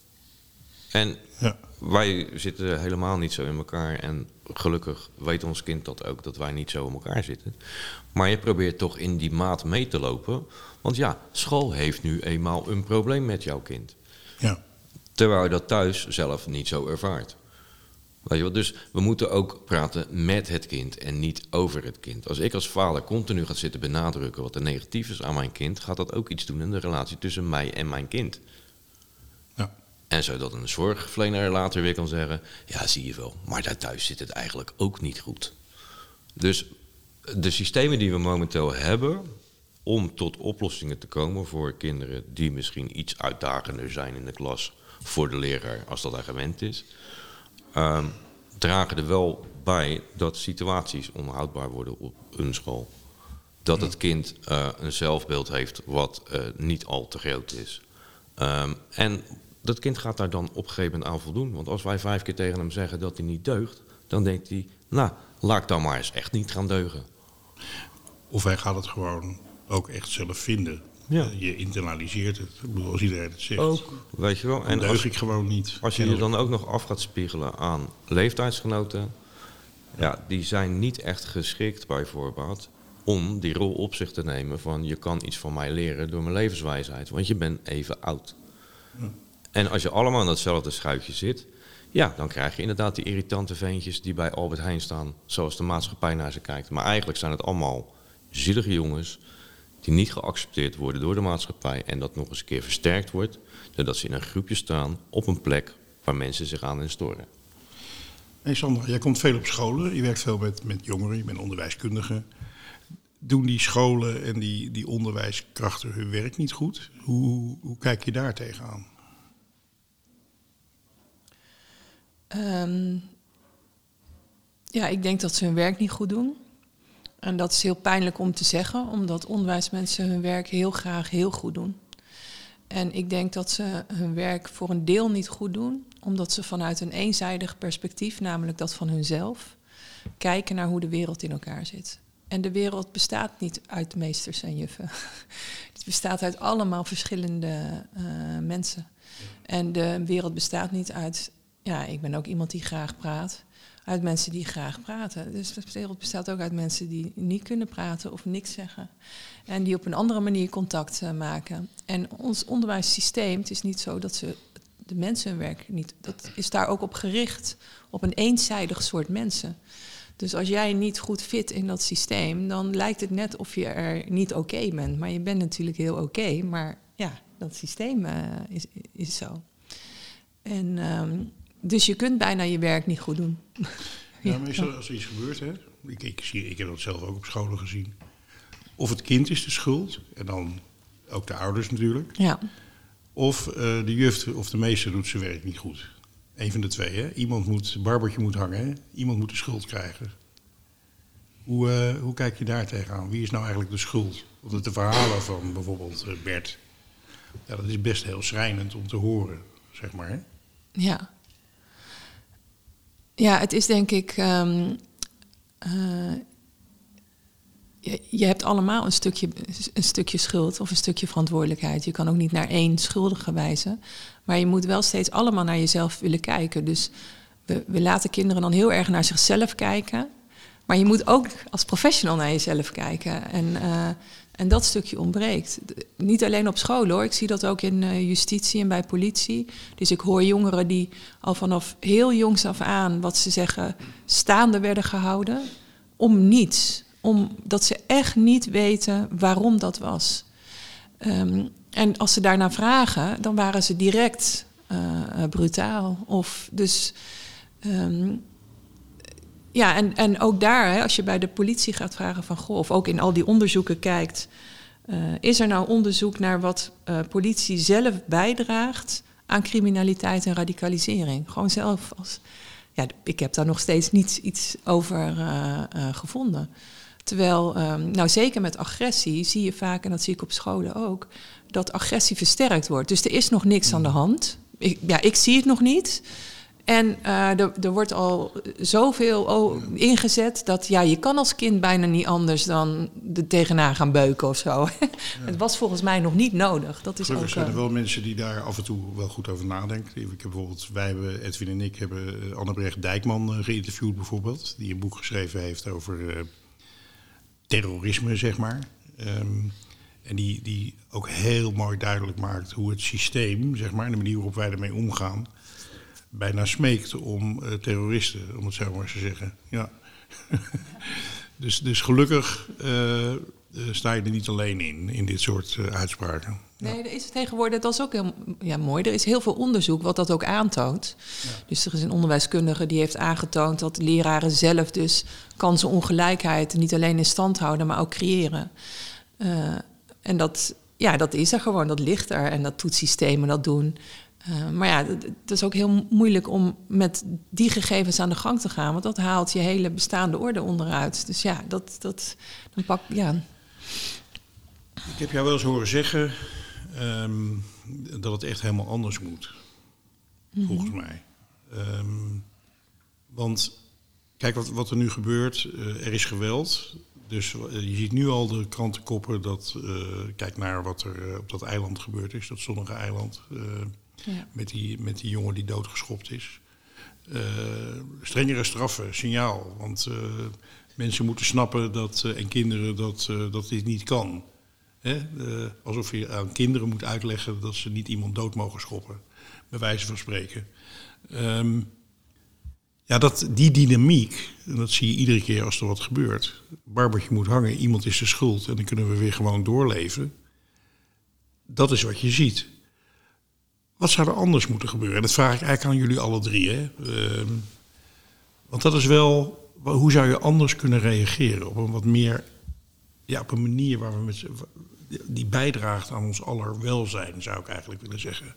En Ja. wij zitten helemaal niet zo in elkaar. En gelukkig weet ons kind dat ook, dat wij niet zo in elkaar zitten. Maar je probeert toch in die maat mee te lopen. Want ja, school heeft nu eenmaal een probleem met jouw kind. Ja. Terwijl je dat thuis zelf niet zo ervaart. Weet je wat? Dus we moeten ook praten met het kind en niet over het kind. Als ik als vader continu ga zitten benadrukken wat er negatief is aan mijn kind, gaat dat ook iets doen in de relatie tussen mij en mijn kind. Ja. En zodat een zorgverlener later weer kan zeggen, ja, zie je wel, maar daar thuis zit het eigenlijk ook niet goed. Dus de systemen die we momenteel hebben om tot oplossingen te komen voor kinderen die misschien iets uitdagender zijn in de klas voor de leraar als dat hij gewend is, uh, dragen er wel bij dat situaties onhoudbaar worden op een school. Dat het kind uh, een zelfbeeld heeft wat uh, niet al te groot is. Um, en dat kind gaat daar dan op een gegeven moment aan voldoen. Want als wij vijf keer tegen hem zeggen dat hij niet deugt, dan denkt hij, nou, laat ik dan maar eens echt niet gaan deugen. Of hij gaat het gewoon ook echt zelf vinden. Ja. Je internaliseert het. Ik bedoel, als iedereen het zegt. Ook, weet je wel. Dan En deug als, ik gewoon niet. als je je dan ook nog af gaat spiegelen aan leeftijdsgenoten, ja, die zijn niet echt geschikt bij voorbaat om die rol op zich te nemen van je kan iets van mij leren door mijn levenswijsheid, want je bent even oud. Ja. En als je allemaal in datzelfde schuitje zit, ja, dan krijg je inderdaad die irritante veentjes die bij Albert Heijn staan, zoals de maatschappij naar ze kijkt. Maar eigenlijk zijn het allemaal zielige jongens die niet geaccepteerd worden door de maatschappij en dat nog eens een keer versterkt wordt, doordat ze in een groepje staan op een plek waar mensen zich aan hen storen. Hey Sandra, jij komt veel op scholen, je werkt veel met, met jongeren, je bent onderwijskundige. Doen die scholen en die, die onderwijskrachten hun werk niet goed? Hoe, hoe kijk je daar tegenaan? Um, ja, ik denk dat ze hun werk niet goed doen. En dat is heel pijnlijk om te zeggen, omdat onderwijsmensen hun werk heel graag heel goed doen. En ik denk dat ze hun werk voor een deel niet goed doen, omdat ze vanuit een eenzijdig perspectief, namelijk dat van hunzelf, kijken naar hoe de wereld in elkaar zit. En de wereld bestaat niet uit meesters en juffen. Het bestaat uit allemaal verschillende uh, mensen. En de wereld bestaat niet uit, ja, ik ben ook iemand die graag praat, uit mensen die graag praten. Dus de wereld bestaat ook uit mensen die niet kunnen praten of niks zeggen. En die op een andere manier contact uh, maken. En ons onderwijssysteem, het is niet zo dat ze de mensen hun werk niet, dat is daar ook op gericht, op een eenzijdig soort mensen. Dus als jij niet goed fit in dat systeem, dan lijkt het net of je er niet oké okay bent. Maar je bent natuurlijk heel oké, okay, maar ja, dat systeem uh, is, is zo. En um, dus je kunt bijna je werk niet goed doen. Ja, meestal als er iets gebeurt, hè, ik, ik, zie, ik heb dat zelf ook op scholen gezien. Of het kind is de schuld, en dan ook de ouders natuurlijk. Ja. Of uh, de juf of de meester doet zijn werk niet goed. Eén van de twee, hè. Iemand moet, Barbertje moet hangen, hè. Iemand moet de schuld krijgen. Hoe, uh, hoe kijk je daar tegenaan? Wie is nou eigenlijk de schuld? Want de verhalen van bijvoorbeeld uh, Bert, ja, dat is best heel schrijnend om te horen, zeg maar. Hè? Ja. Ja, het is denk ik... Um, uh, je, je hebt allemaal een stukje, een stukje schuld of een stukje verantwoordelijkheid. Je kan ook niet naar één schuldige wijzen. Maar je moet wel steeds allemaal naar jezelf willen kijken. Dus we, we laten kinderen dan heel erg naar zichzelf kijken. Maar je moet ook als professional naar jezelf kijken. En, uh, en dat stukje ontbreekt. Niet alleen op school hoor. Ik zie dat ook in uh, justitie en bij politie. Dus ik hoor jongeren die al vanaf heel jongs af aan, wat ze zeggen, staande werden gehouden. Om niets. Omdat ze echt niet weten waarom dat was. Um, en als ze daarna vragen, dan waren ze direct uh, uh, brutaal. Of dus... Um, Ja, en, en ook daar, hè, als je bij de politie gaat vragen van... Goh, of ook in al die onderzoeken kijkt... Uh, is er nou onderzoek naar wat uh, politie zelf bijdraagt... aan criminaliteit en radicalisering? Gewoon zelf als... Ja, ik heb daar nog steeds niet iets over uh, uh, gevonden. Terwijl, um, nou zeker met agressie zie je vaak... en dat zie ik op scholen ook... dat agressie versterkt wordt. Dus er is nog niks aan de hand. Ik, ja, ik zie het nog niet... En uh, er, er wordt al zoveel oh, ingezet dat ja, je kan als kind bijna niet anders dan er tegenaan gaan beuken of zo. Ja. Het was volgens mij nog niet nodig. Dat is Gelukkig ook, zijn er uh, wel mensen die daar af en toe wel goed over nadenken. Ik heb bijvoorbeeld, wij hebben, Edwin en ik hebben Annebrecht Dijkman uh, geïnterviewd bijvoorbeeld. Die een boek geschreven heeft over uh, terrorisme, zeg maar. Um, en die, die ook heel mooi duidelijk maakt hoe het systeem, zeg maar, en de manier waarop wij ermee omgaan, bijna smeekt om uh, terroristen, om het zo maar eens te zeggen. Ja. dus, dus gelukkig uh, uh, sta je er niet alleen in, in dit soort uh, uitspraken. Nee, er is tegenwoordig, dat is ook heel ja, mooi, er is heel veel onderzoek wat dat ook aantoont. Ja. Dus er is een onderwijskundige die heeft aangetoond dat leraren zelf dus kansenongelijkheid niet alleen in stand houden, maar ook creëren. Uh, en dat, ja, dat is er gewoon, dat ligt er en dat toetssystemen dat doen. Uh, maar ja, het is ook heel moeilijk om met die gegevens aan de gang te gaan. Want dat haalt je hele bestaande orde onderuit. Dus ja, dat, dat dan pak ja. Ik heb jou wel eens horen zeggen um, dat het echt helemaal anders moet. Mm-hmm. Volgens mij. Um, want kijk wat, wat er nu gebeurt. Uh, er is geweld. Dus uh, je ziet nu al de krantenkoppen dat... Uh, kijk naar wat er uh, op dat eiland gebeurd is. Dat zonnige eiland... Uh, Ja. Met, die, met die jongen die doodgeschopt is. Uh, strengere straffen, signaal. Want uh, mensen moeten snappen dat, uh, en kinderen dat, uh, dat dit niet kan. Hè? Uh, alsof je aan kinderen moet uitleggen dat ze niet iemand dood mogen schoppen. Bij wijze van spreken. Um, ja, dat, die dynamiek, en dat zie je iedere keer als er wat gebeurt. Barbertje moet hangen, iemand is de schuld en dan kunnen we weer gewoon doorleven. Dat is wat je ziet. Wat zou er anders moeten gebeuren? En dat vraag ik eigenlijk aan jullie alle drie. Hè? Uh, want dat is wel... Hoe zou je anders kunnen reageren? Op een wat meer... Ja, op een manier waar we met, die bijdraagt aan ons aller welzijn, zou ik eigenlijk willen zeggen.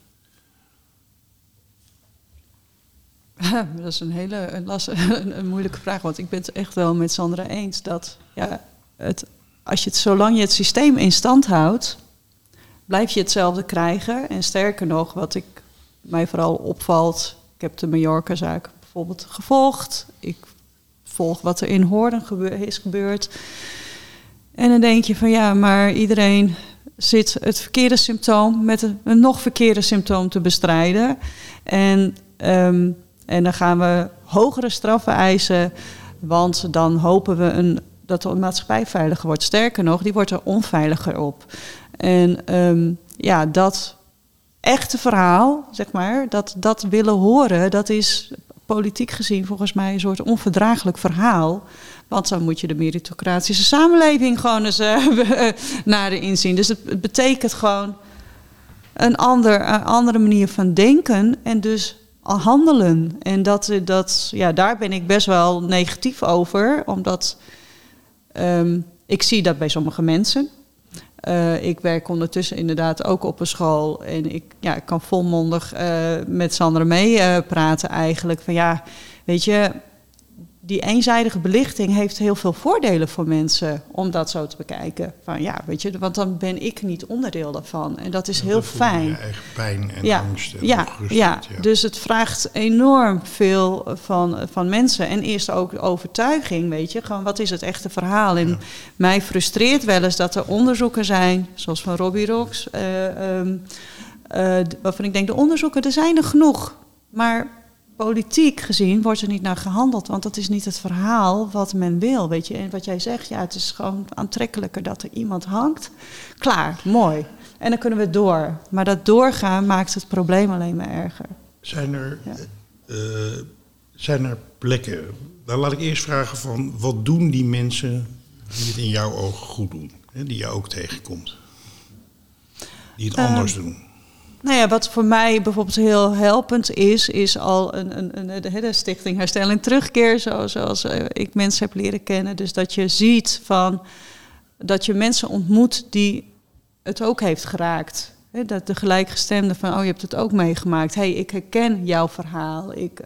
Ja, dat is een hele een, las, een, een moeilijke vraag. Want ik ben het echt wel met Sandra eens. Dat ja, het, als je het, zolang je het systeem in stand houdt, blijf je hetzelfde krijgen. En sterker nog, wat ik, mij vooral opvalt... Ik heb de Mallorca-zaak bijvoorbeeld gevolgd. Ik volg wat er in Hoorn gebe- is gebeurd. En dan denk je van ja, maar iedereen zit het verkeerde symptoom... met een, een nog verkeerde symptoom te bestrijden. En, um, en dan gaan we hogere straffen eisen... want dan hopen we een, dat de maatschappij veiliger wordt. Sterker nog, die wordt er onveiliger op. En um, ja, dat echte verhaal, zeg maar, dat, dat willen horen... dat is politiek gezien volgens mij een soort onverdraaglijk verhaal. Want dan moet je de meritocratische samenleving gewoon eens uh, naar de inzien. Dus het, het betekent gewoon een, ander, een andere manier van denken en dus handelen. En dat, dat, ja, daar ben ik best wel negatief over, omdat um, ik zie dat bij sommige mensen... Uh, ik werk ondertussen inderdaad ook op een school. En ik, ja, ik kan volmondig uh, met Sandra mee uh, praten eigenlijk. Van ja, weet je, die eenzijdige belichting heeft heel veel voordelen voor mensen om dat zo te bekijken. Van ja, weet je, want dan ben ik niet onderdeel daarvan. En dat is ja, heel dat fijn. Je eigen pijn en ja, angst en ja, ja, ja, dus het vraagt enorm veel van, van mensen. En eerst ook overtuiging, weet je. Gewoon, wat is het echte verhaal? En ja. mij frustreert wel eens dat er onderzoeken zijn, zoals van Robbie Rox, uh, um, uh, waarvan ik denk, de onderzoeken, er zijn er genoeg. Maar politiek gezien wordt er niet naar gehandeld, want dat is niet het verhaal wat men wil, weet je. En wat jij zegt, ja, het is gewoon aantrekkelijker dat er iemand hangt. Klaar, mooi. En dan kunnen we door. Maar dat doorgaan maakt het probleem alleen maar erger. Zijn er, ja. uh, zijn er plekken, dan laat ik eerst vragen van, wat doen die mensen die het in jouw ogen goed doen? Hè, die je ook tegenkomt? Die het uh, anders doen? Nou ja, wat voor mij bijvoorbeeld heel helpend is, is al een, een, een, de Stichting Herstel en Terugkeer, zoals, zoals ik mensen heb leren kennen. Dus dat je ziet van, dat je mensen ontmoet die het ook heeft geraakt. He, dat de gelijkgestemde van, oh, je hebt het ook meegemaakt. Hé, hey, ik herken jouw verhaal. Ik,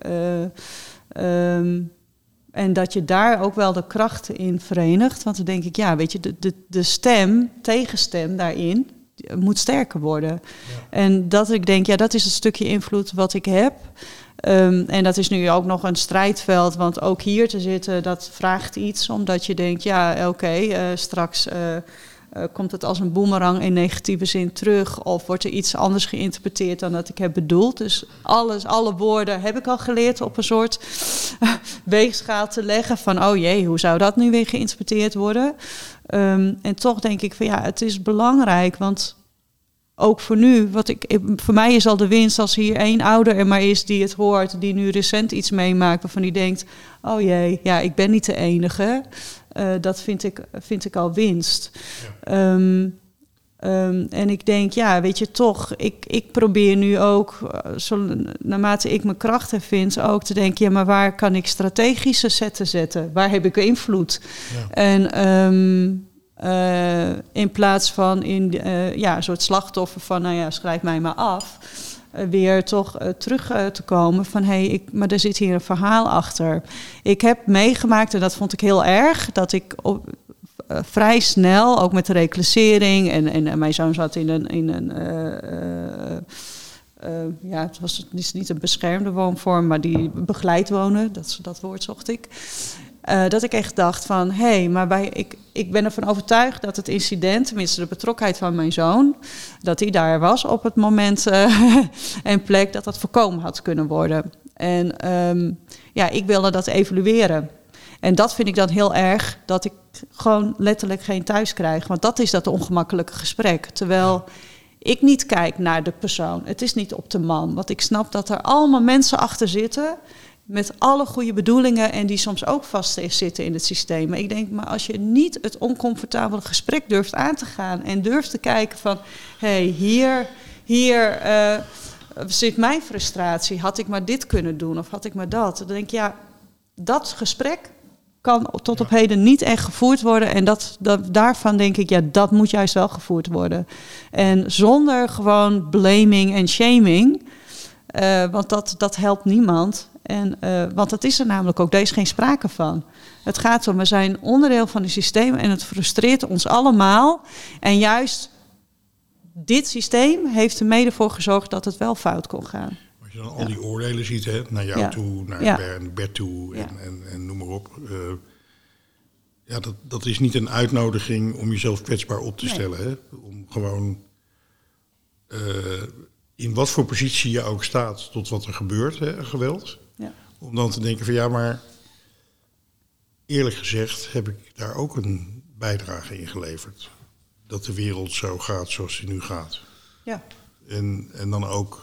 uh, um, en dat je daar ook wel de krachten in verenigt. Want dan denk ik, ja, weet je, de, de, de stem, tegenstem daarin, moet sterker worden. Ja. En dat ik denk, ja, dat is het stukje invloed wat ik heb. Um, en dat is nu ook nog een strijdveld, want ook hier te zitten, dat vraagt iets. Omdat je denkt, ja, oké, okay, uh, straks uh, uh, komt het als een boemerang in negatieve zin terug. Of wordt er iets anders geïnterpreteerd dan dat ik heb bedoeld. Dus alles, alle woorden heb ik al geleerd op een soort weegschaal te leggen. Van, oh jee, hoe zou dat nu weer geïnterpreteerd worden? Um, en toch denk ik van ja, het is belangrijk, want ook voor nu, wat ik, voor mij is al de winst als hier één ouder er maar is die het hoort, die nu recent iets meemaakt waarvan die denkt, oh jee, ja, ik ben niet de enige. Uh, dat vind ik, vind ik al winst. Ja. Um, Um, en ik denk, ja, weet je, toch, ik, ik probeer nu ook, uh, zo, naarmate ik mijn krachten vind, ook te denken, ja, maar waar kan ik strategische zetten zetten? Waar heb ik invloed? Ja. En um, uh, in plaats van in uh, ja, een soort slachtoffer van, nou ja, schrijf mij maar af, uh, weer toch uh, terug uh, te komen van, hé, hey, maar er zit hier een verhaal achter. Ik heb meegemaakt, en dat vond ik heel erg, dat ik op, Uh, vrij snel, ook met de reclassering. En, en, en mijn zoon zat in een... In een uh, uh, uh, ja, het was het is niet een beschermde woonvorm, maar die begeleid wonen. Dat, dat woord zocht ik. Uh, dat ik echt dacht van, hé, hey, maar bij, ik, ik ben ervan overtuigd dat het incident, tenminste de betrokkenheid van mijn zoon, dat hij daar was op het moment uh, en plek, dat dat voorkomen had kunnen worden. En um, ja, ik wilde dat evalueren. En dat vind ik dan heel erg, dat ik gewoon letterlijk geen thuis krijg. Want dat is dat ongemakkelijke gesprek. Terwijl ik niet kijk naar de persoon. Het is niet op de man. Want ik snap dat er allemaal mensen achter zitten met alle goede bedoelingen en die soms ook vast zitten in het systeem. Maar ik denk, maar als je niet het oncomfortabele gesprek durft aan te gaan en durft te kijken van, hé, hey, hier, hier uh, zit mijn frustratie. Had ik maar dit kunnen doen of had ik maar dat? Dan denk ik, ja, dat gesprek kan tot ja. op heden niet echt gevoerd worden. En dat, dat, daarvan denk ik, ja, dat moet juist wel gevoerd worden. En zonder gewoon blaming en shaming. Uh, want dat, dat helpt niemand. En, uh, want dat is er namelijk ook. Daar is geen sprake van. Het gaat om, we zijn onderdeel van het systeem en het frustreert ons allemaal. En juist dit systeem heeft er mede voor gezorgd dat het wel fout kon gaan. Als je dan al die oordelen ziet, hè, naar jou ja. toe, naar ja. Bert toe en, ja. en, en noem maar op. Uh, ja, dat, dat is niet een uitnodiging om jezelf kwetsbaar op te nee. stellen. Hè? Om gewoon, uh, in wat voor positie je ook staat tot wat er gebeurt, hè, geweld. Ja. Om dan te denken van ja, maar eerlijk gezegd heb ik daar ook een bijdrage in geleverd. Dat de wereld zo gaat zoals die nu gaat. Ja. En, en dan ook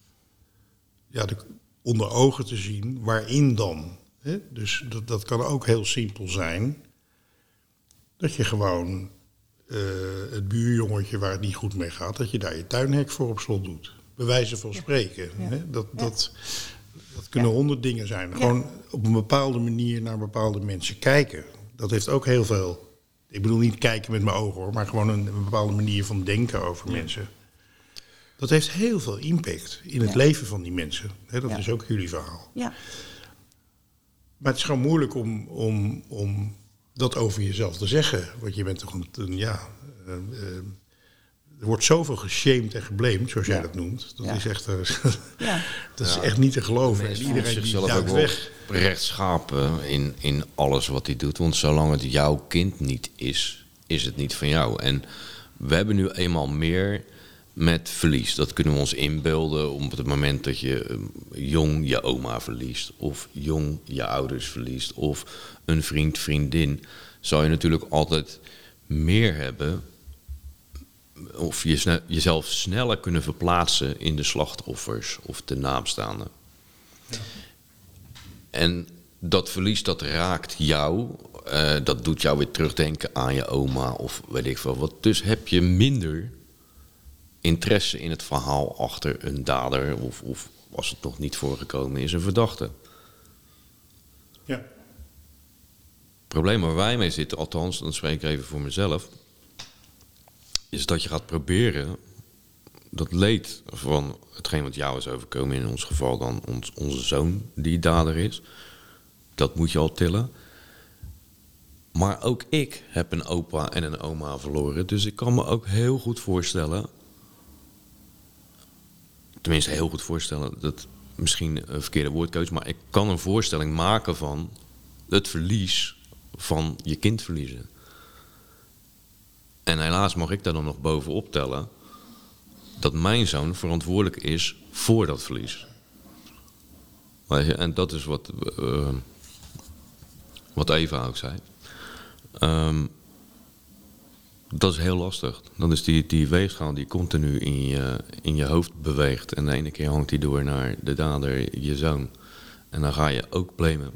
ja, de, onder ogen te zien, waarin dan? Hè? Dus dat, dat kan ook heel simpel zijn. Dat je gewoon uh, het buurjongetje waar het niet goed mee gaat, dat je daar je tuinhek voor op slot doet. Bij wijze van spreken. Ja. Hè? Dat, ja. dat, dat kunnen honderd ja. dingen zijn. Gewoon ja. op een bepaalde manier naar bepaalde mensen kijken. Dat heeft ook heel veel. Ik bedoel niet kijken met mijn ogen hoor, maar gewoon een, een bepaalde manier van denken over ja. mensen. Dat heeft heel veel impact in het ja. leven van die mensen. He, dat ja. is ook jullie verhaal. Ja. Maar het is gewoon moeilijk om, om, om dat over jezelf te zeggen. Want je bent toch een, een ja... Uh, uh, er wordt zoveel geshamed en geblamed, zoals ja. jij dat noemt. Dat ja. is echt, uh, ja. dat is ja. echt niet te geloven. En iedereen die duikt weg. Rechtschapen in, in alles wat hij doet. Want zolang het jouw kind niet is, is het niet van jou. En we hebben nu eenmaal meer met verlies. Dat kunnen we ons inbeelden op het moment dat je um, jong je oma verliest. Of jong je ouders verliest. Of een vriend, vriendin. Zou je natuurlijk altijd meer hebben. Of je sne- jezelf sneller kunnen verplaatsen in de slachtoffers of de nabestaanden. Ja. En dat verlies, dat raakt jou. Uh, dat doet jou weer terugdenken aan je oma of weet ik veel wat. Dus heb je minder interesse in het verhaal achter een dader. Of, of als het nog niet voorgekomen is, een verdachte. Ja. Het probleem waar wij mee zitten, althans, dan spreek ik even voor mezelf, is dat je gaat proberen dat leed van hetgeen wat jou is overkomen, in ons geval dan ons, onze zoon die dader is, dat moet je al tillen. Maar ook ik heb een opa en een oma verloren, dus ik kan me ook heel goed voorstellen, tenminste heel goed voorstellen, dat misschien een verkeerde woordkeuze, maar ik kan een voorstelling maken van het verlies van je kind verliezen. En helaas mag ik daar dan nog bovenop tellen dat mijn zoon verantwoordelijk is voor dat verlies. En dat is wat, uh, wat Eva ook zei. Um, dat is heel lastig. Dat is die, die weegschaal die continu in je, in je hoofd beweegt. En de ene keer hangt die door naar de dader, je zoon. En dan ga je ook blamen.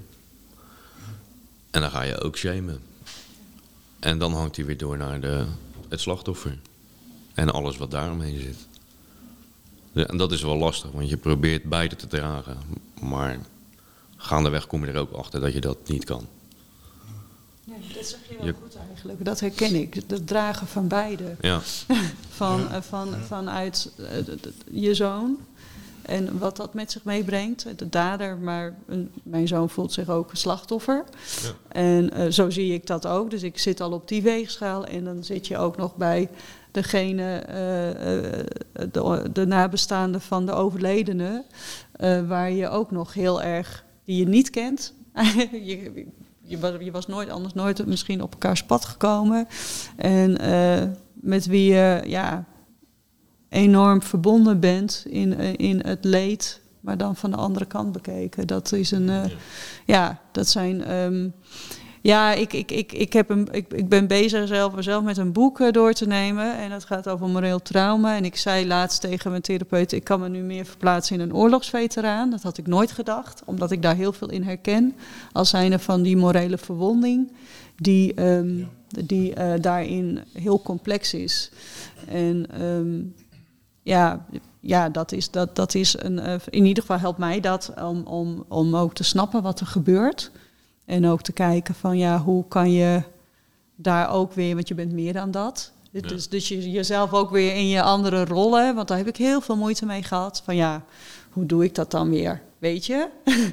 En dan ga je ook shamen. En dan hangt hij weer door naar de, het slachtoffer. En alles wat daaromheen zit. Ja, en dat is wel lastig, want je probeert beide te dragen. Maar gaandeweg kom je er ook achter dat je dat niet kan. Ja, dat zeg je wel je, goed eigenlijk. Dat herken ik. Het dragen van beide. Ja. van, ja. Van, vanuit uh, je zoon. En wat dat met zich meebrengt. De dader, maar een, mijn zoon voelt zich ook een slachtoffer. Ja. En uh, zo zie ik dat ook. Dus ik zit al op die weegschaal. En dan zit je ook nog bij degene, uh, uh, de, de nabestaanden van de overledene. Uh, waar je ook nog heel erg, die je niet kent. je, je, was, je was nooit anders nooit misschien op elkaars pad gekomen. En uh, met wie je, ja, enorm verbonden bent in, in het leed, maar dan van de andere kant bekeken. Dat is een, uh, ja. ja, dat zijn, um, ja, ik, ik, ik, ik, heb een, ik, ik ben bezig zelf, zelf met een boek uh, door te nemen en dat gaat over moreel trauma. En ik zei laatst tegen mijn therapeut, ik kan me nu meer verplaatsen in een oorlogsveteraan. Dat had ik nooit gedacht, omdat ik daar heel veel in herken, als zijnde van die morele verwonding, die, um, ja. die uh, daarin heel complex is. En um, Ja, ja, dat is, dat, dat is een. Uh, in ieder geval helpt mij dat om, om, om ook te snappen wat er gebeurt. En ook te kijken van ja, hoe kan je daar ook weer, want je bent meer dan dat. Ja. Dus, dus je jezelf ook weer in je andere rollen, want daar heb ik heel veel moeite mee gehad. Van ja, hoe doe ik dat dan weer? Weet je?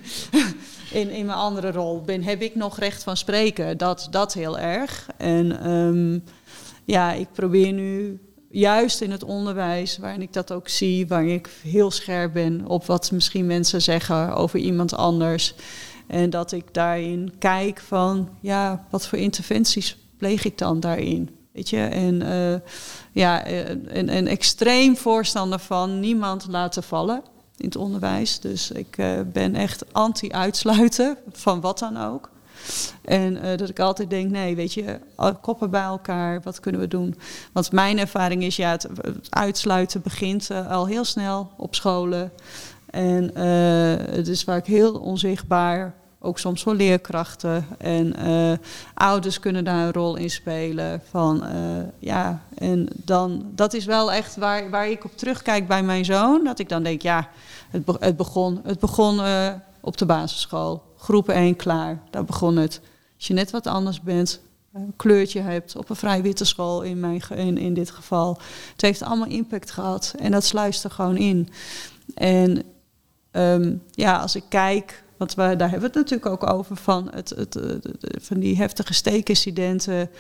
in, in mijn andere rol ben, heb ik nog recht van spreken. Dat, dat heel erg. En um, ja, ik probeer nu, juist in het onderwijs, waarin ik dat ook zie, waar ik heel scherp ben op wat misschien mensen zeggen over iemand anders. En dat ik daarin kijk van, ja, wat voor interventies pleeg ik dan daarin? Weet je, en uh, ja, een, een extreem voorstander van niemand laten vallen in het onderwijs. Dus ik uh, ben echt anti-uitsluiten van wat dan ook. En uh, dat ik altijd denk, nee, weet je, koppen bij elkaar, wat kunnen we doen? Want mijn ervaring is, ja, het, het uitsluiten begint uh, al heel snel op scholen. En uh, het is vaak heel onzichtbaar, ook soms voor leerkrachten. En uh, ouders kunnen daar een rol in spelen. Van, uh, ja, en dan, dat is wel echt waar, waar ik op terugkijk bij mijn zoon. Dat ik dan denk, ja, het, be- het begon, het begon uh, op de basisschool. Groep één klaar, daar begon het. Als je net wat anders bent, een kleurtje hebt op een vrij witte school in, mijn, in, in dit geval. Het heeft allemaal impact gehad en dat sluist er gewoon in. En um, ja, als ik kijk want we, daar hebben we het natuurlijk ook over van, het, het, het, het, van die heftige steekincidenten.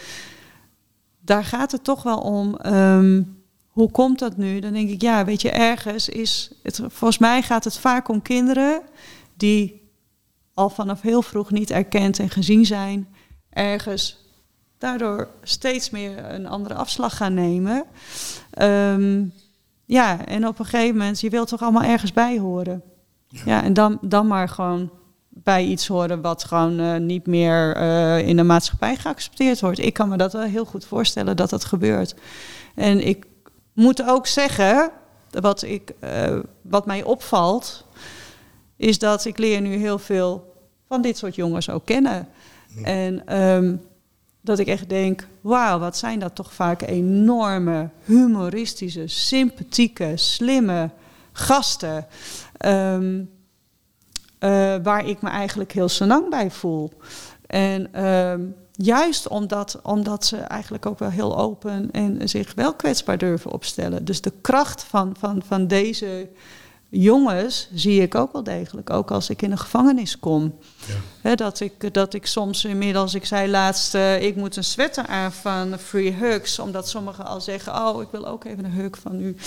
Daar gaat het toch wel om, um, hoe komt dat nu? Dan denk ik, ja, weet je, ergens is het, volgens mij gaat het vaak om kinderen die al vanaf heel vroeg niet erkend en gezien zijn, ergens daardoor steeds meer een andere afslag gaan nemen. Um, ja, en op een gegeven moment, je wilt toch allemaal ergens bij horen. Ja, ja en dan, dan maar gewoon bij iets horen wat gewoon uh, niet meer uh, in de maatschappij geaccepteerd wordt. Ik kan me dat wel heel goed voorstellen dat dat gebeurt. En ik moet ook zeggen, wat, ik, uh, wat mij opvalt, is dat ik leer nu heel veel van dit soort jongens ook kennen. Ja. En um, dat ik echt denk, wauw, wat zijn dat toch vaak enorme, humoristische, sympathieke, slimme gasten. Um, uh, waar ik me eigenlijk heel senang bij voel. En um, juist omdat, omdat ze eigenlijk ook wel heel open en zich wel kwetsbaar durven opstellen. Dus de kracht van, van, van deze jongens zie ik ook wel degelijk, ook als ik in een gevangenis kom. Ja. He, dat, ik, dat ik soms inmiddels, ik zei laatst, uh, ik moet een sweater aan van Free Hugs, omdat sommigen al zeggen, oh, ik wil ook even een hug van u.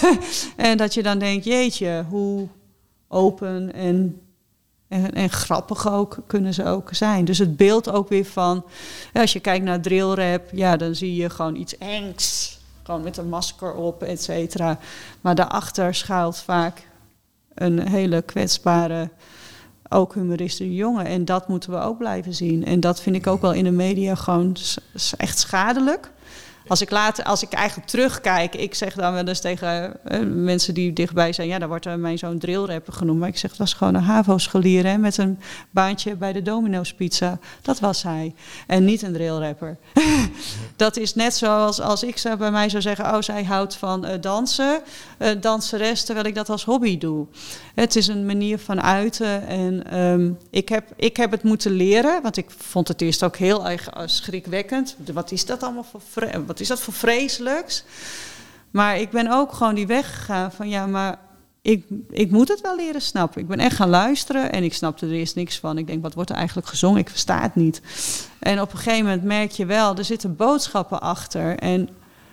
En dat je dan denkt, jeetje, hoe open en, en, en grappig ook kunnen ze ook zijn. Dus het beeld ook weer van, als je kijkt naar drillrap, ja, dan zie je gewoon iets engs. Gewoon met een masker op, et cetera. Maar daarachter schuilt vaak een hele kwetsbare, ook humoristische jongen. En dat moeten we ook blijven zien. En dat vind ik ook wel in de media gewoon echt schadelijk. Als ik, later, als ik eigenlijk terugkijk, ik zeg dan wel eens tegen uh, mensen die dichtbij zijn, ja, dan wordt er mijn zo'n drillrapper genoemd. Maar ik zeg, het was gewoon een HAVO-scholier hè, met een baantje bij de Domino's Pizza. Dat was hij. En niet een drillrapper. Dat is net zoals als ik zou bij mij zou zeggen, oh, zij houdt van uh, dansen, uh, danseres, terwijl ik dat als hobby doe. Het is een manier van uiten. En um, ik, heb, ik heb het moeten leren, want ik vond het eerst ook heel erg uh, schrikwekkend. Wat is dat allemaal voor vre- Wat is dat voor vreselijks? Maar ik ben ook gewoon die weg gegaan van ja, maar ik, ik moet het wel leren snappen. Ik ben echt gaan luisteren en ik snapte er eerst niks van. Ik denk, wat wordt er eigenlijk gezongen? Ik versta het niet. En op een gegeven moment merk je wel, er zitten boodschappen achter. En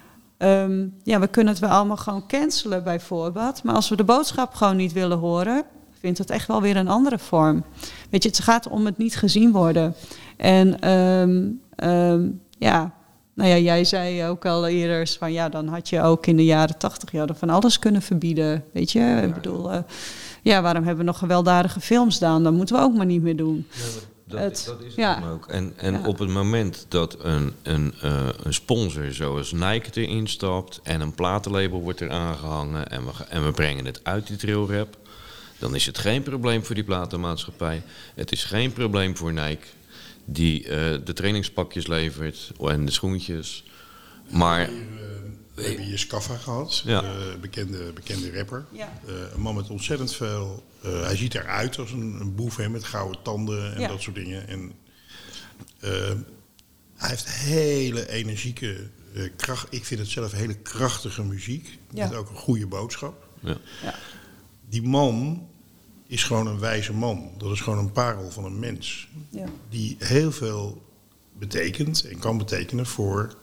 um, ja, we kunnen het wel allemaal gewoon cancelen bijvoorbeeld. Maar als we de boodschap gewoon niet willen horen, vindt het echt wel weer een andere vorm. Weet je, het gaat om het niet gezien worden. En um, um, ja... Nou ja, jij zei ook al eerder van ja, dan had je ook in de jaren tachtig jaar van alles kunnen verbieden. Weet je, ja, ik bedoel, uh, ja, waarom hebben we nog gewelddadige films gedaan? Dat moeten we ook maar niet meer doen. Ja, dat, het, dat is het ja. ook. En, en ja. op het moment dat een, een, uh, een sponsor zoals Nike erin stapt en een platenlabel wordt er aangehangen en we, en we brengen het uit die drillrap, dan is het geen probleem voor die platenmaatschappij. Het is geen probleem voor Nike, die uh, de trainingspakjes levert en de schoentjes. Maar we, we hebben hier Scaffa gehad, ja. uh, bekende, bekende rapper. Ja. Uh, een man met ontzettend veel... Uh, hij ziet eruit als een, een boef hè, met gouden tanden en ja. dat soort dingen. En, uh, hij heeft hele energieke uh, kracht. Ik vind het zelf hele krachtige muziek. Ja. Met ook een goede boodschap. Ja. Ja. Die man is gewoon een wijze man. Dat is gewoon een parel van een mens. Ja. Die heel veel betekent en kan betekenen voor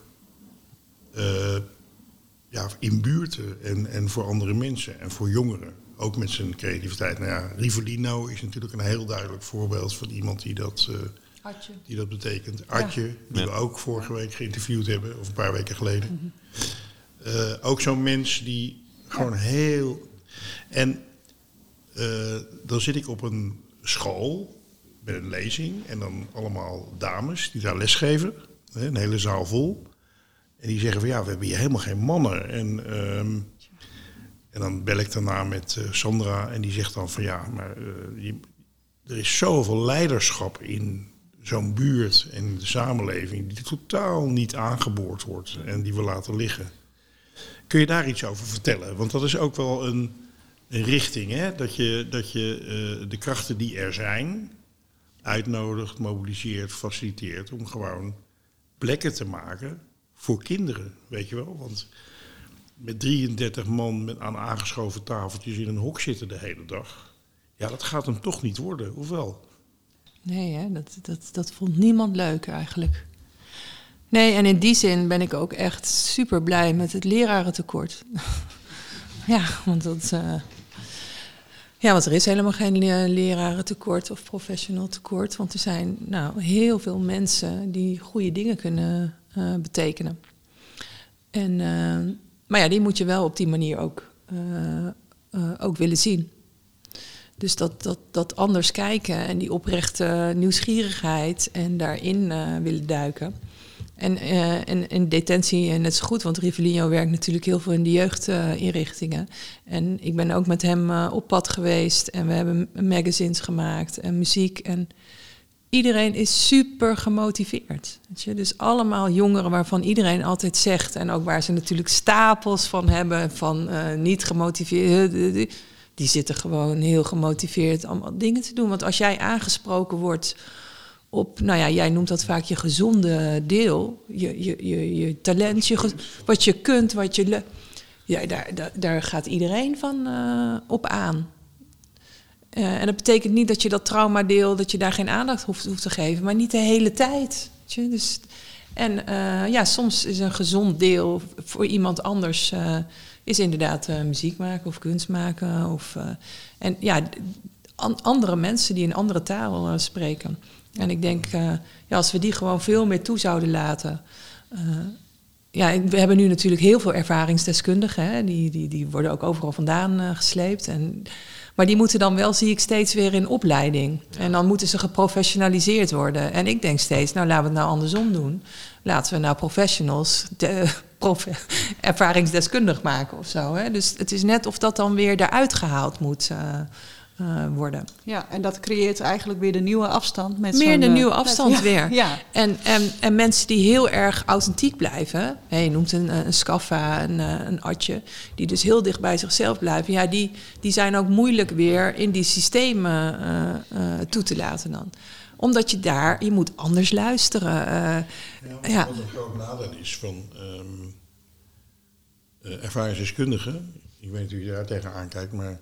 uh, ja, in buurten en, en voor andere mensen en voor jongeren. Ook met zijn creativiteit. Nou ja, Rivellino is natuurlijk een heel duidelijk voorbeeld van iemand die dat, uh, die dat betekent. Artje, ja. die ja. we ook vorige week geïnterviewd hebben, of een paar weken geleden. Mm-hmm. Uh, ook zo'n mens die ja. gewoon heel... En uh, dan zit ik op een school met een lezing en dan allemaal dames die daar lesgeven. Hè, een hele zaal vol. En die zeggen van ja, we hebben hier helemaal geen mannen. En... Um, En dan bel ik daarna met uh, Sandra en die zegt dan van ja, maar uh, je, er is zoveel leiderschap in zo'n buurt en in de samenleving die totaal niet aangeboord wordt en die we laten liggen. Kun je daar iets over vertellen? Want dat is ook wel een, een richting, hè? Dat je, dat je uh, de krachten die er zijn uitnodigt, mobiliseert, faciliteert om gewoon plekken te maken voor kinderen, weet je wel? Want met drieëndertig man met aan aangeschoven tafeltjes in een hok zitten de hele dag. Ja, dat gaat hem toch niet worden, of wel? Nee, hè, dat, dat, dat vond niemand leuk eigenlijk. Nee, en in die zin ben ik ook echt super blij met het lerarentekort. Ja, want dat... Uh, ja, want er is helemaal geen lerarentekort of professional tekort. Want er zijn nou heel veel mensen die goede dingen kunnen uh, betekenen. En, uh, maar ja, die moet je wel op die manier ook, uh, uh, ook willen zien. Dus dat, dat, dat anders kijken en die oprechte nieuwsgierigheid en daarin uh, willen duiken. En uh, in, in detentie net zo goed, want Rivellino werkt natuurlijk heel veel in de jeugdinrichtingen. Uh, en ik ben ook met hem uh, op pad geweest en we hebben magazines gemaakt en muziek. En iedereen is super gemotiveerd. Weet je? Dus allemaal jongeren waarvan iedereen altijd zegt, en ook waar ze natuurlijk stapels van hebben, van uh, niet gemotiveerd. Die zitten gewoon heel gemotiveerd allemaal dingen te doen. Want als jij aangesproken wordt op, nou ja, jij noemt dat vaak je gezonde deel, je, je, je, je talent, je ge, wat je kunt, wat je... Le- ja, daar, daar, daar gaat iedereen van uh, op aan. Uh, en dat betekent niet dat je dat traumadeel, dat je daar geen aandacht hoeft, hoeft te geven, maar niet de hele tijd. Weet je? Dus, en uh, ja, soms is een gezond deel voor iemand anders... Uh, is inderdaad uh, muziek maken of kunst maken. Of, uh, en ja, an- andere mensen die een andere taal uh, spreken. En ik denk, uh, ja, als we die gewoon veel meer toe zouden laten. Uh, ja, we hebben nu natuurlijk heel veel ervaringsdeskundigen. Hè? Die, die, die worden ook overal vandaan uh, gesleept. En, maar die moeten dan wel, zie ik, steeds weer in opleiding. Ja. En dan moeten ze geprofessionaliseerd worden. En ik denk steeds, nou laten we het nou andersom doen. Laten we nou professionals de, prof, ervaringsdeskundig maken of zo. Hè? Dus het is net of dat dan weer eruit gehaald moet uh, uh, worden. Ja, en dat creëert eigenlijk weer de nieuwe afstand. Met meer zo'n, de uh, nieuwe afstand ja, weer. Ja. En, en, en mensen die heel erg authentiek blijven. Hey, je noemt een, een Scaffa, een, een Atje. Die dus heel dicht bij zichzelf blijven. Ja, die, die zijn ook moeilijk weer in die systemen uh, uh, toe te laten dan. Omdat je daar, je moet anders luisteren. Uh, ja, ja. Wat een groot nadeel is van um, uh, ervaringsdeskundigen, ik weet niet hoe je daar tegenaan kijkt, maar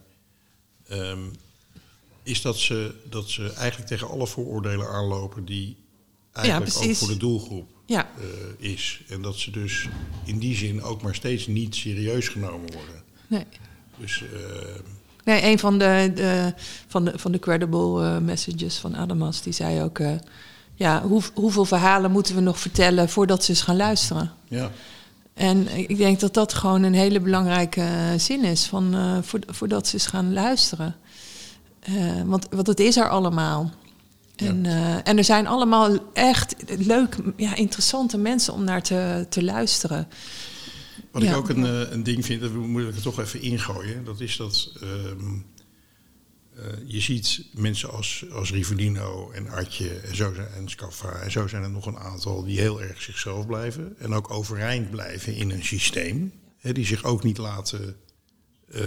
um, is dat ze, dat ze eigenlijk tegen alle vooroordelen aanlopen die eigenlijk ja, ook voor de doelgroep ja. uh, is. En dat ze dus in die zin ook maar steeds niet serieus genomen worden. Nee. Dus... Uh, Nee, een van de, de, van de, van de credible uh, messages van Adamas, die zei ook... Uh, ja, hoe, hoeveel verhalen moeten we nog vertellen voordat ze eens gaan luisteren? Ja. En ik denk dat dat gewoon een hele belangrijke uh, zin is, van, uh, voor, voordat ze eens gaan luisteren. Uh, want, want het is er allemaal. Ja. En, uh, en er zijn allemaal echt leuk, ja, interessante mensen om naar te, te luisteren. Wat ja. ik ook een, een ding vind, dat moet ik er toch even ingooien. Dat is dat um, uh, je ziet mensen als, als Rivellino en Atje en, zo zijn, en Scaffa. En zo zijn er nog een aantal die heel erg zichzelf blijven. En ook overeind blijven in een systeem. Hè, die zich ook niet laten uh,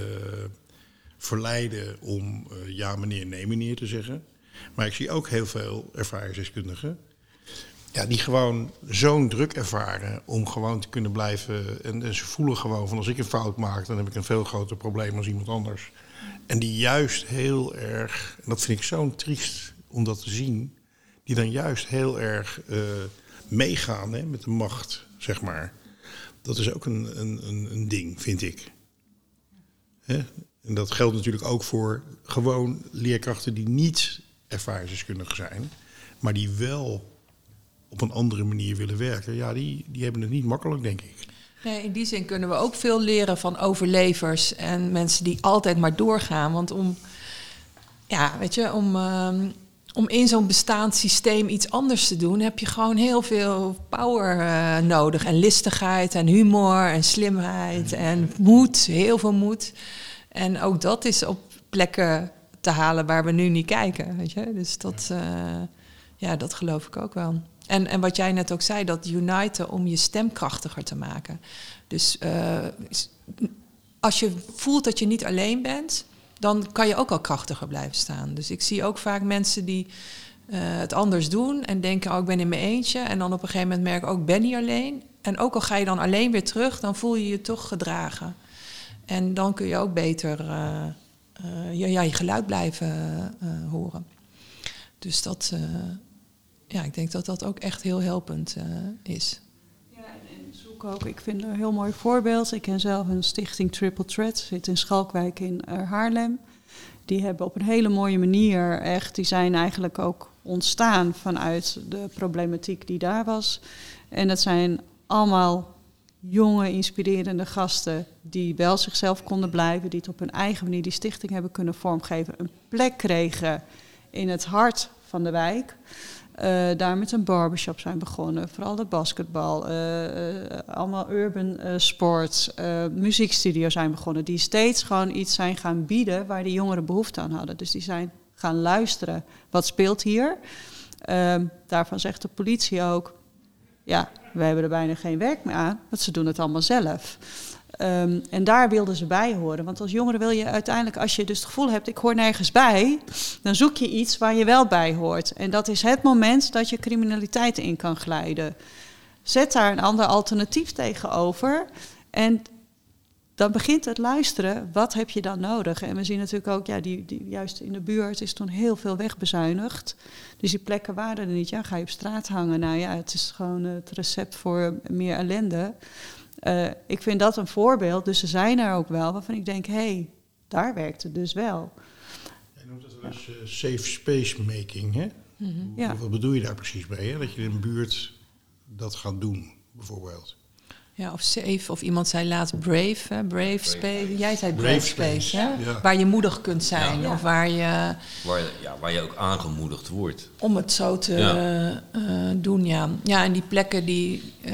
verleiden om uh, ja meneer, nee meneer te zeggen. Maar ik zie ook heel veel ervaringsdeskundigen. Ja, die gewoon zo'n druk ervaren om gewoon te kunnen blijven. En, en ze voelen gewoon van als ik een fout maak, dan heb ik een veel groter probleem als iemand anders. En die juist heel erg, en dat vind ik zo'n triest om dat te zien, die dan juist heel erg uh, meegaan hè, met de macht, zeg maar. Dat is ook een, een, een, een ding, vind ik. Hè? En dat geldt natuurlijk ook voor gewoon leerkrachten die niet ervaringsdeskundig zijn, maar die wel op een andere manier willen werken. Ja, die, die hebben het niet makkelijk, denk ik. Nee, in die zin kunnen we ook veel leren van overlevers en mensen die altijd maar doorgaan. Want om, ja, weet je, om, um, om in zo'n bestaand systeem iets anders te doen, heb je gewoon heel veel power uh, nodig. En listigheid en humor en slimheid en moed, heel veel moed. En ook dat is op plekken te halen waar we nu niet kijken, weet je. Dus dat, uh, ja, dat geloof ik ook wel. En, en wat jij net ook zei, dat uniten om je stem krachtiger te maken. Dus uh, als je voelt dat je niet alleen bent, dan kan je ook al krachtiger blijven staan. Dus ik zie ook vaak mensen die uh, het anders doen en denken, oh, ik ben in mijn eentje. En dan op een gegeven moment merken, oh, ik ben niet alleen. En ook al ga je dan alleen weer terug, dan voel je je toch gedragen. En dan kun je ook beter uh, uh, ja, ja, je geluid blijven uh, horen. Dus dat, uh, ja, ik denk dat dat ook echt heel helpend uh, is. Ja, en zoek ook. Ik vind een heel mooi voorbeeld. Ik ken zelf een stichting Triple Threat, zit in Schalkwijk in uh, Haarlem. Die hebben op een hele mooie manier echt, die zijn eigenlijk ook ontstaan vanuit de problematiek die daar was. En dat zijn allemaal jonge, inspirerende gasten die wel zichzelf konden blijven, die het op hun eigen manier die stichting hebben kunnen vormgeven, een plek kregen in het hart van de wijk. Uh, daar met een barbershop zijn begonnen, vooral de basketbal, uh, uh, allemaal urban uh, sports, uh, muziekstudio zijn begonnen, die steeds gewoon iets zijn gaan bieden waar die jongeren behoefte aan hadden. Dus die zijn gaan luisteren, wat speelt hier? Uh, daarvan zegt de politie ook, ja, we hebben er bijna geen werk meer aan, want ze doen het allemaal zelf. Um, en daar wilden ze bij horen. Want als jongere wil je uiteindelijk, als je dus het gevoel hebt, ik hoor nergens bij, dan zoek je iets waar je wel bij hoort. En dat is het moment dat je criminaliteit in kan glijden. Zet daar een ander alternatief tegenover. En dan begint het luisteren, wat heb je dan nodig? En we zien natuurlijk ook, ja, die, die, juist in de buurt is toen heel veel wegbezuinigd. Dus die plekken waren er niet. Ja, ga je op straat hangen? Nou ja, het is gewoon het recept voor meer ellende. Uh, ik vind dat een voorbeeld, dus ze zijn er ook wel, waarvan ik denk, hé, hey, daar werkt het dus wel. Je noemt dat wel eens uh, safe space making, hè? Mm-hmm. Ja. Wat bedoel je daar precies mee, hè? Dat je in een buurt dat gaat doen, bijvoorbeeld? Ja, of safe, of iemand zei laatst brave, hè? Brave space. Jij zei brave, Brave space, space, hè? ja. Waar je moedig kunt zijn, Ja. of waar je, Waar je, ja, waar je ook aangemoedigd wordt. om het zo te Ja. uh, doen, ja. Ja, en die plekken die... Uh,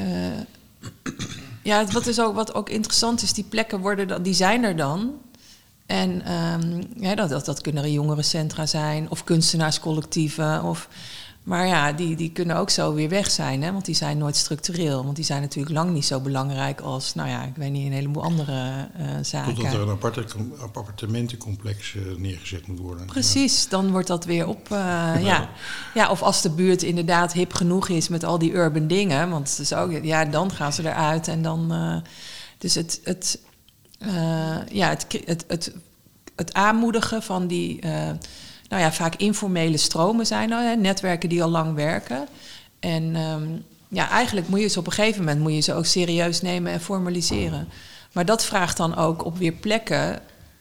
ja, wat, is ook, wat ook interessant is, die plekken worden dan, die zijn er dan. En um, ja, dat, dat, dat kunnen jongerencentra zijn, of kunstenaarscollectieven. Of, maar ja, die, die kunnen ook zo weer weg zijn, hè, want die zijn nooit structureel. Want die zijn natuurlijk lang niet zo belangrijk als, nou ja, ik weet niet, een heleboel andere uh, zaken. Totdat er een aparte, appartementencomplex uh, neergezet moet worden. Precies, dan wordt dat weer op. Uh, ja. Ja, of als de buurt inderdaad hip genoeg is met al die urban dingen. Want het is ook, ja, dan gaan ze eruit en dan. Uh, dus het, het, uh, ja, het, het, het, het aanmoedigen van die. Uh, nou ja, vaak informele stromen zijn er, hè, netwerken die al lang werken. En um, ja, eigenlijk moet je ze op een gegeven moment moet je ze ook serieus nemen en formaliseren. Maar dat vraagt dan ook op weer plekken,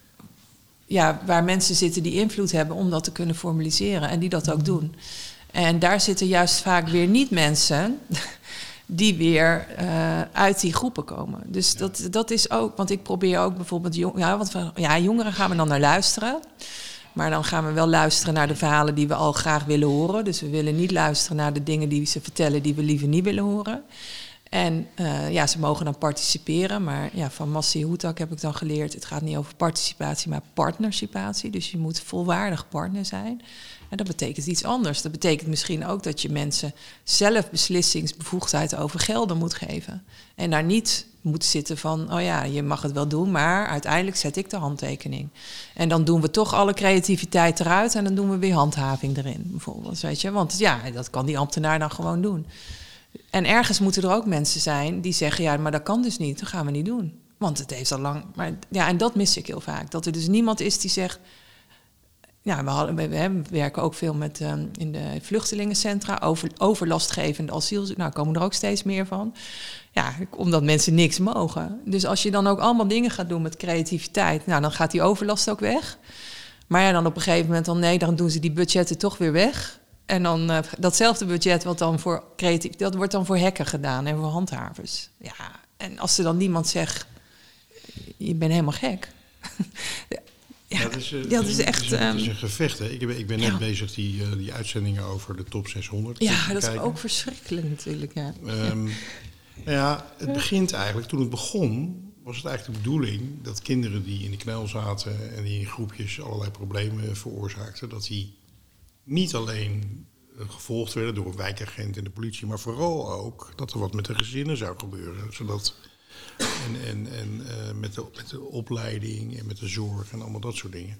ja, waar mensen zitten die invloed hebben om dat te kunnen formaliseren en die dat ook doen. En daar zitten juist vaak weer niet mensen die weer uh, uit die groepen komen. Dus ja. dat, dat is ook, want ik probeer ook bijvoorbeeld, jong, ja, want we, ja, jongeren gaan we dan naar luisteren. Maar dan gaan we wel luisteren naar de verhalen die we al graag willen horen. Dus we willen niet luisteren naar de dingen die ze vertellen die we liever niet willen horen. En uh, ja, ze mogen dan participeren. Maar ja, van Massi Hoetak heb ik dan geleerd, het gaat niet over participatie, maar participatie. Dus je moet volwaardig partner zijn. En dat betekent iets anders. Dat betekent misschien ook dat je mensen zelf beslissingsbevoegdheid over gelden moet geven. En daar niet moet zitten van, oh ja, je mag het wel doen, maar uiteindelijk zet ik de handtekening. En dan doen we toch alle creativiteit eruit en dan doen we weer handhaving erin, bijvoorbeeld. Weet je? Want ja, dat kan die ambtenaar dan gewoon doen. En ergens moeten er ook mensen zijn die zeggen, ja, maar dat kan dus niet, dat gaan we niet doen. Want het heeft al lang... Maar ja, en dat mis ik heel vaak. Dat er dus niemand is die zegt... Ja, we, hadden, we, we werken ook veel met um, in de vluchtelingencentra, over, overlastgevende asiel. Nou, komen er ook steeds meer van. Ja, omdat mensen niks mogen. Dus als je dan ook allemaal dingen gaat doen met creativiteit, nou, dan gaat die overlast ook weg. Maar ja, dan op een gegeven moment dan nee, dan doen ze die budgetten toch weer weg. En dan uh, datzelfde budget wat dan voor creatief, dat wordt dan voor hekken gedaan en voor handhavers. Ja, en als er dan niemand zegt, je bent helemaal gek. Ja, ja, dat is, uh, dat is echt... Het is, een, het is um, een gevecht, hè. Ik ben, ik ben net ja. bezig die, uh, die uitzendingen over de top zeshonderd Ja, te dat kijken. is ook verschrikkelijk natuurlijk, ja. Um, nou ja, het begint eigenlijk, toen het begon, was het eigenlijk de bedoeling dat kinderen die in de knel zaten en die in groepjes allerlei problemen veroorzaakten, dat die niet alleen gevolgd werden door een wijkagent en de politie, maar vooral ook dat er wat met de gezinnen zou gebeuren. Zodat, en en, en uh, met, de, met de opleiding en met de zorg en allemaal dat soort dingen.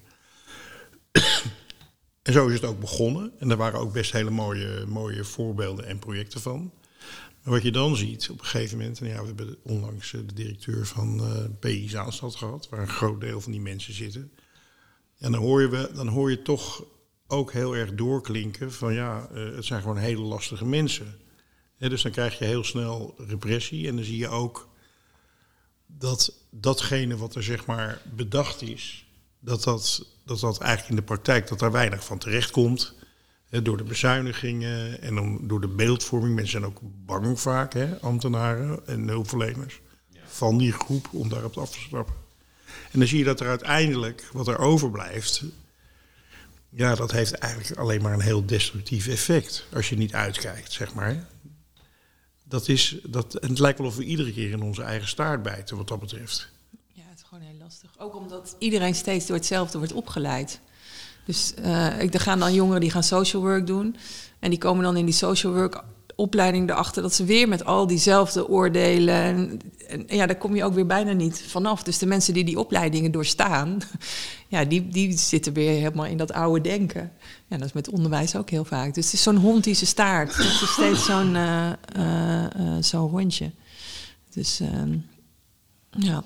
En zo is het ook begonnen. En daar waren ook best hele mooie, mooie voorbeelden en projecten van. Maar wat je dan ziet op een gegeven moment, en ja, we hebben onlangs de directeur van uh, P I Zaanstad gehad, waar een groot deel van die mensen zitten. En dan hoor je, dan hoor je toch ook heel erg doorklinken van ja, uh, het zijn gewoon hele lastige mensen. He, dus dan krijg je heel snel repressie en dan zie je ook dat datgene wat er zeg maar bedacht is, dat dat, dat, dat eigenlijk in de praktijk dat daar weinig van terecht komt. He, door de bezuinigingen en dan door de beeldvorming. Mensen zijn ook bang vaak, he, ambtenaren en hulpverleners, ja. van die groep om daarop af te stappen. En dan zie je dat er uiteindelijk, wat er overblijft, ja, dat heeft eigenlijk alleen maar een heel destructief effect. Als je niet uitkijkt, zeg maar. Dat is, dat, en het lijkt wel of we iedere keer in onze eigen staart bijten, wat dat betreft. Ja, het is gewoon heel lastig. Ook omdat iedereen steeds door hetzelfde wordt opgeleid. Dus uh, er gaan dan jongeren die gaan social work doen. En die komen dan in die social work opleiding erachter dat ze weer met al diezelfde oordelen. En, en ja, daar kom je ook weer bijna niet vanaf. Dus de mensen die die opleidingen doorstaan, ja, die, die zitten weer helemaal in dat oude denken. Ja, dat is met onderwijs ook heel vaak. Dus het is zo'n hond die ze staart. Het is steeds zo'n, uh, uh, uh, zo'n hondje. Dus uh, ja.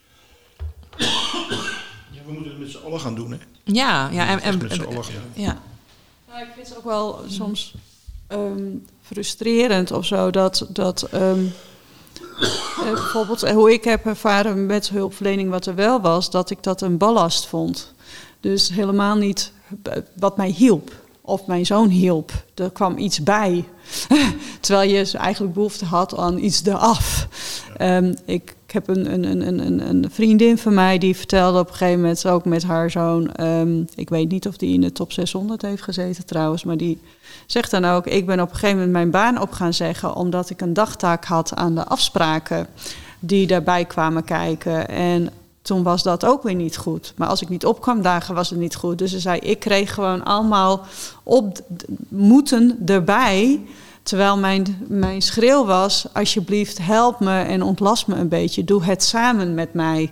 Ja, we moeten het met z'n allen gaan doen, hè? Ja, ja. En, en, met z'n allen gaan doen. Ja. Nou, ik vind het ook wel soms um, frustrerend of zo dat, dat um, uh, bijvoorbeeld hoe ik heb ervaren met hulpverlening wat er wel was, dat ik dat een ballast vond. Dus helemaal niet wat mij hielp of mijn zoon hielp. Er kwam iets bij. Terwijl je eigenlijk behoefte had aan iets eraf. Ja. Um, ik, ik heb een, een, een, een, een vriendin van mij die vertelde op een gegeven moment ook met haar zoon. Um, ik weet niet of die in de top zeshonderd heeft gezeten trouwens. Maar die zegt dan ook, ik ben op een gegeven moment mijn baan op gaan zeggen, omdat ik een dagtaak had aan de afspraken die daarbij kwamen kijken. En toen was dat ook weer niet goed. Maar als ik niet op kwam dagen was het niet goed. Dus ze zei, ik kreeg gewoon allemaal op moeten erbij. Terwijl mijn, mijn schreeuw was, alsjeblieft help me en ontlast me een beetje. Doe het samen met mij.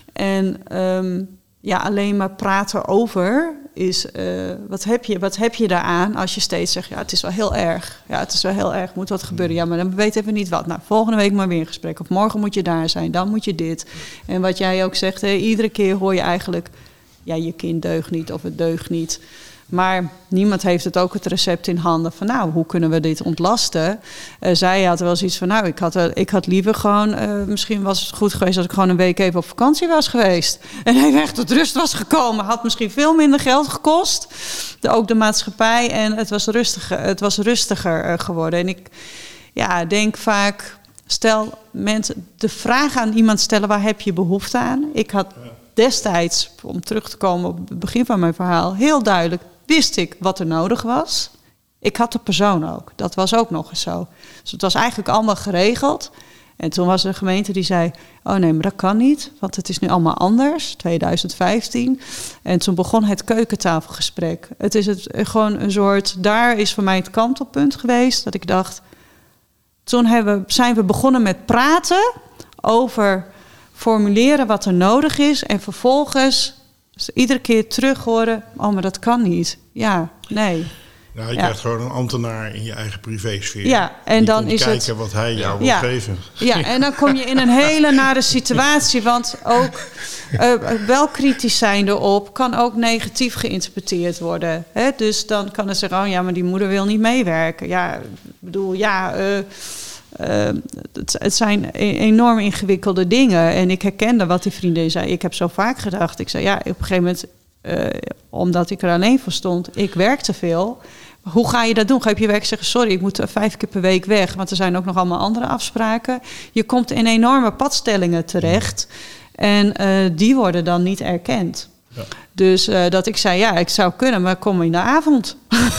En um, ja, alleen maar praten over is, uh, wat, heb je, wat heb je daaraan als je steeds zegt, ja, het is wel heel erg. Ja, het is wel heel erg, moet wat gebeuren. Ja, maar dan weten we niet wat. Nou, volgende week maar weer een gesprek. Of morgen moet je daar zijn, dan moet je dit. En wat jij ook zegt, hè, iedere keer hoor je eigenlijk, ja, je kind deugt niet of het deugt niet. Maar niemand heeft het ook het recept in handen van, nou, hoe kunnen we dit ontlasten? Uh, zij had wel zoiets van, nou, ik had, uh, ik had liever gewoon, uh, misschien was het goed geweest als ik gewoon een week even op vakantie was geweest. En even echt tot rust was gekomen. Had misschien veel minder geld gekost. De, ook de maatschappij. En het was rustiger, het was rustiger uh, geworden. En ik ja, denk vaak, stel mensen de vraag aan iemand stellen, waar heb je behoefte aan? Ik had destijds, om terug te komen op het begin van mijn verhaal, heel duidelijk wist ik wat er nodig was. Ik had de persoon ook. Dat was ook nog eens zo. Dus het was eigenlijk allemaal geregeld. En toen was er een gemeente die zei, oh nee, maar dat kan niet, want het is nu allemaal anders, twintig vijftien. En toen begon het keukentafelgesprek. Het is het, gewoon een soort, daar is voor mij het kantelpunt geweest, dat ik dacht, toen hebben, zijn we begonnen met praten over formuleren wat er nodig is en vervolgens iedere keer terug horen, oh, maar dat kan niet. Ja, nee. Nou, je ja. krijgt gewoon een ambtenaar in je eigen privésfeer. Ja, en die dan komt is kijken het wat hij jou ja. wil geven. Ja, en dan kom je in een hele nare situatie, want ook uh, wel kritisch zijn erop kan ook negatief geïnterpreteerd worden. Hè? Dus dan kan het zeggen, oh ja, maar die moeder wil niet meewerken. Ja, ik bedoel, ja, uh, uh, het, het zijn enorm ingewikkelde dingen. En ik herkende wat die vriendin zei. Ik heb zo vaak gedacht. Ik zei, ja, op een gegeven moment, uh, omdat ik er alleen voor stond, ik werk te veel. Hoe ga je dat doen? Ga je op je werk zeggen, sorry, ik moet vijf keer per week weg, want er zijn ook nog allemaal andere afspraken. Je komt in enorme padstellingen terecht en uh, die worden dan niet erkend. Ja. Dus uh, dat ik zei, ja, ik zou kunnen, maar kom in de avond. Ja.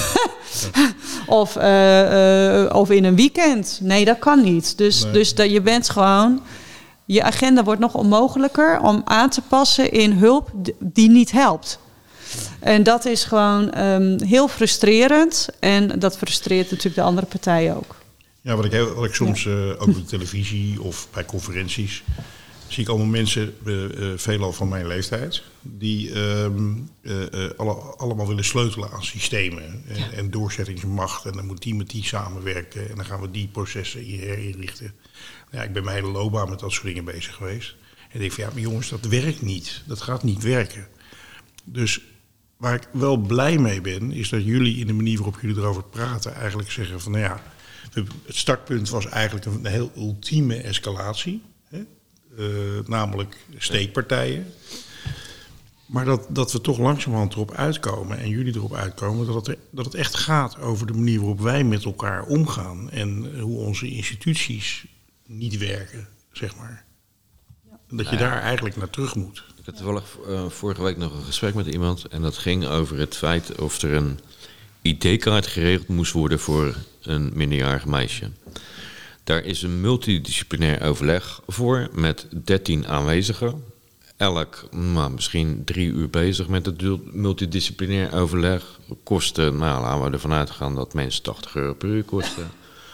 of, uh, uh, of in een weekend. Nee, dat kan niet. Dus, nee. dus dat je bent gewoon, je agenda wordt nog onmogelijker om aan te passen in hulp die niet helpt. En dat is gewoon um, heel frustrerend. En dat frustreert natuurlijk de andere partijen ook. Ja, wat ik, heel, wat ik soms ja. uh, ook op de televisie of bij conferenties zie ik allemaal mensen, uh, uh, veelal van mijn leeftijd, die uh, uh, uh, alle, allemaal willen sleutelen aan systemen en, ja. en doorzettingsmacht. En dan moet die met die samenwerken en dan gaan we die processen herinrichten. Ja, ik ben mijn hele loopbaan met dat soort dingen bezig geweest. En ik denk van ja, maar jongens, dat werkt niet. Dat gaat niet werken. Dus waar ik wel blij mee ben, is dat jullie in de manier waarop jullie erover praten eigenlijk zeggen van, nou ja, het startpunt was eigenlijk een heel ultieme escalatie. Hè? Uh, namelijk steekpartijen. Maar dat, dat we toch langzamerhand erop uitkomen en jullie erop uitkomen dat het, dat het echt gaat over de manier waarop wij met elkaar omgaan en hoe onze instituties niet werken, zeg maar. Ja. Dat je ja, daar eigenlijk naar terug moet. Ik had toevallig uh, vorige week nog een gesprek met iemand en dat ging over het feit of er een I D-kaart geregeld moest worden voor een minderjarig meisje. Daar is een multidisciplinair overleg voor met dertien aanwezigen. Elk nou, misschien drie uur bezig met het multidisciplinair overleg. Kosten, nou laten we ervan uitgaan dat mensen tachtig euro per uur kosten.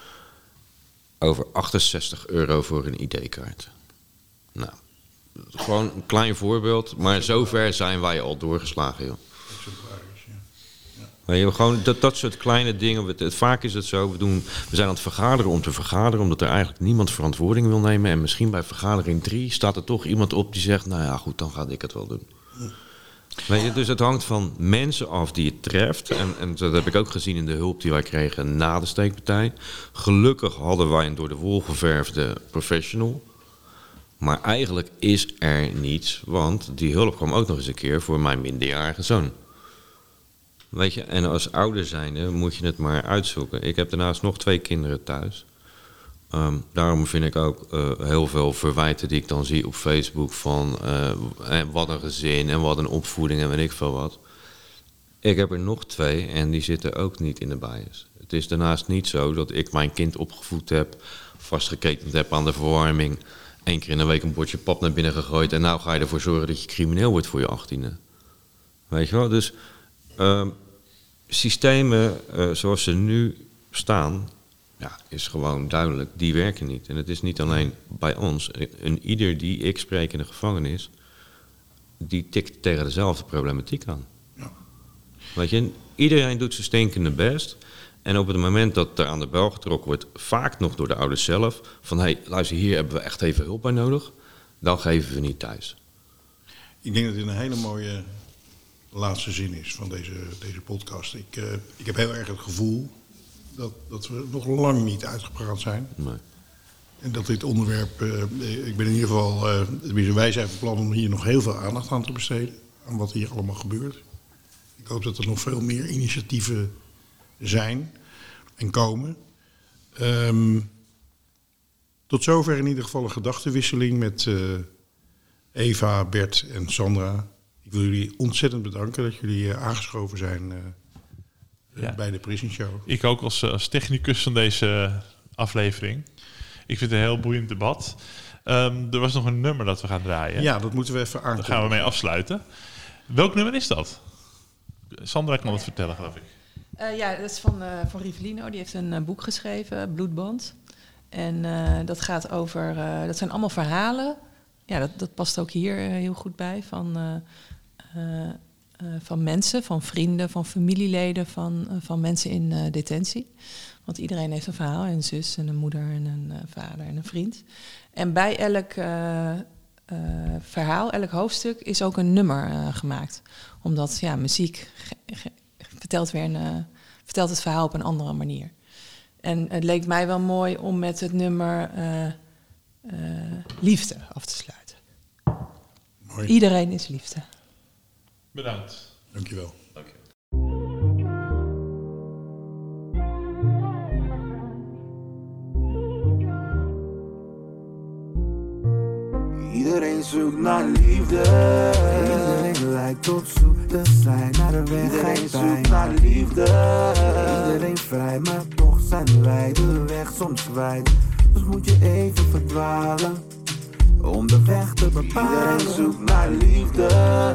Over achtenzestig euro voor een I D-kaart. Nou, gewoon een klein voorbeeld, maar zover zijn wij al doorgeslagen, joh. Weet je, gewoon dat, dat soort kleine dingen. Het, het, vaak is het zo, we, doen, we zijn aan het vergaderen om te vergaderen, omdat er eigenlijk niemand verantwoording wil nemen. En misschien bij vergadering drie staat er toch iemand op die zegt, nou ja, goed, dan ga ik het wel doen. Weet je, dus het hangt van mensen af die het treft. En, en dat heb ik ook gezien in de hulp die wij kregen na de steekpartij. Gelukkig hadden wij een door de wol geverfde professional. Maar eigenlijk is er niets, want die hulp kwam ook nog eens een keer voor mijn minderjarige zoon. Weet je, en als ouder zijnde moet je het maar uitzoeken. Ik heb daarnaast nog twee kinderen thuis. Um, daarom vind ik ook uh, heel veel verwijten die ik dan zie op Facebook van uh, en wat een gezin en wat een opvoeding en weet ik veel wat. Ik heb er nog twee en die zitten ook niet in de bias. Het is daarnaast niet zo dat ik mijn kind opgevoed heb, vastgeketend heb aan de verwarming, één keer in de week een bordje pap naar binnen gegooid en nou ga je ervoor zorgen dat je crimineel wordt voor je achttiende. Weet je wel, dus uh, systemen uh, zoals ze nu staan, ja, is gewoon duidelijk, die werken niet. En het is niet alleen bij ons. Een ieder die ik spreek in de gevangenis, die tikt tegen dezelfde problematiek aan. Ja. Weet je, iedereen doet zijn stinkende best. En op het moment dat er aan de bel getrokken wordt, vaak nog door de ouders zelf, van hé, hey, luister, hier hebben we echt even hulp bij nodig, dan geven we niet thuis. Ik denk dat dit een hele mooie laatste zin is van deze, deze podcast. Ik, uh, ik heb heel erg het gevoel dat, dat we nog lang niet uitgepraat zijn. Nee. En dat dit onderwerp, uh, ik ben in ieder geval, uh, wij zijn van plan om hier nog heel veel aandacht aan te besteden. Aan wat hier allemaal gebeurt. Ik hoop dat er nog veel meer initiatieven zijn en komen. Um, tot zover in ieder geval een gedachtenwisseling met uh, Eva, Bert en Sandra. Ik wil jullie ontzettend bedanken dat jullie uh, aangeschoven zijn uh, ja. bij de Prison Show. Ik ook als, als technicus van deze aflevering. Ik vind het een heel boeiend debat. Um, er was nog een nummer dat we gaan draaien. Ja, dat moeten we even aankondigen. Daar gaan we mee afsluiten. Welk nummer is dat? Sandra kan het vertellen, geloof ik. Uh, ja, dat is van, uh, van Rivellino. Die heeft een uh, boek geschreven, Bloedband. En uh, dat gaat over... Uh, dat zijn allemaal verhalen. Ja, dat, dat past ook hier uh, heel goed bij. Van, uh, uh, uh, van mensen, van vrienden, van familieleden... van, uh, van mensen in uh, detentie. Want iedereen heeft een verhaal. Een zus en een moeder en een uh, vader en een vriend. En bij elk uh, uh, verhaal, elk hoofdstuk... is ook een nummer uh, gemaakt. Omdat ja, muziek... Ge- ge- vertelt, weer een, uh, vertelt het verhaal op een andere manier. En het leek mij wel mooi om met het nummer uh, uh, Liefde af te sluiten. Mooi. Iedereen is liefde. Bedankt. Dankjewel. Dank je. Iedereen zoekt naar liefde. Iedereen lijkt op zoek te zijn naar de weg. Iedereen zoekt naar liefde. Iedereen vrij, maar toch zijn wij de weg soms kwijt. Dus moet je even verdwalen om de weg te bepalen. Iedereen zoekt naar liefde.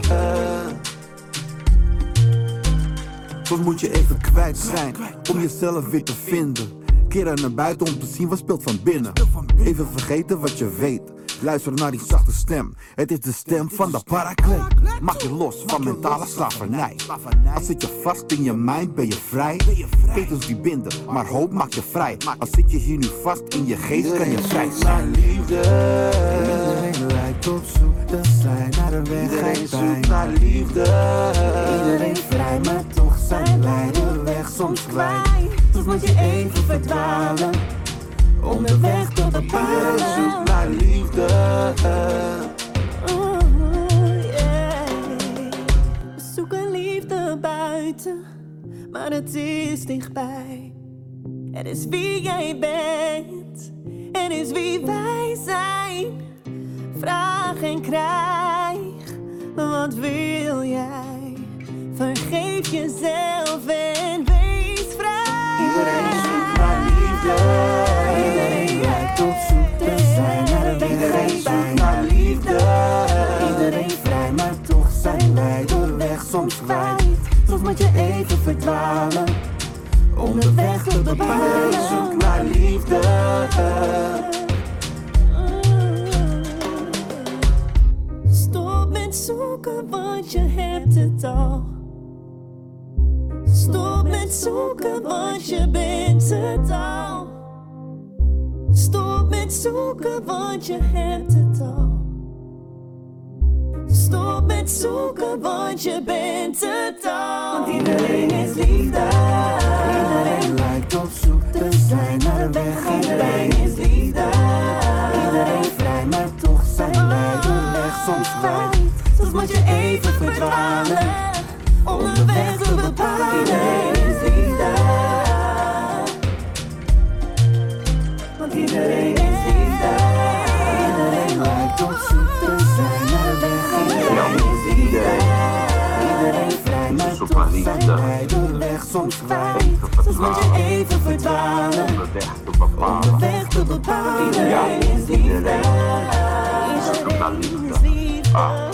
Soms moet je even kwijt zijn om jezelf weer te vinden. Keren naar buiten om te zien wat speelt van binnen. Even vergeten wat je weet. Luister naar die zachte stem. Het is de stem van de parakleet. Maak je los van mentale slavernij. Als zit je vast in je mind, ben je vrij. Ketens die binden, maar hoop maakt je vrij. Als zit je hier nu vast in je geest, kan je vrij zijn. Iedereen lijkt lijkt op zoek te zijn naar de weg. Iedereen zoekt naar liefde. Iedereen vrij, maar toch zijn wij de weg soms kwijt. Soms moet je even verdwalen. Onderweg tot de palen. Iedereen zoekt naar liefde. Oh, yeah. We zoeken liefde buiten, maar het is dichtbij. Het is wie jij bent, het is wie wij zijn. Vraag en krijg, wat wil jij? Vergeef jezelf en wees vrij. Iedereen zoekt naar liefde. Iedereen lijkt op zoek te zijn naar de weg. Iedereen zoekt naar liefde. Iedereen vrij, maar toch zijn wij de weg soms kwijt. Soms moet je even verdwalen. Onderweg tot de palen. Iedereen zoekt naar liefde. Stop met zoeken, want je hebt het al. Stop met zoeken, want je bent het al. Stop met zoeken, want je hebt het al. Stop met zoeken, want je bent het al. Want iedereen is liefde. Iedereen lijkt op zoek te zijn naar de weg. Iedereen is liefde. Iedereen vrij, maar toch zijn wij de weg soms kwijt. Soms moet je even verdwalen. Onderweg te bepalen. Iedereen is liefde. Want iedereen is liefde. Iedereen lijkt op zoek te zijn naar de weg. Iedereen is liefde. Iedereen vrij, maar toch zijn wij de weg soms kwijt. Soms moet je even verdwalen. Onderweg te bepalen. Onderweg te bepalen. Iedereen is liefde. Iedereen is liefde.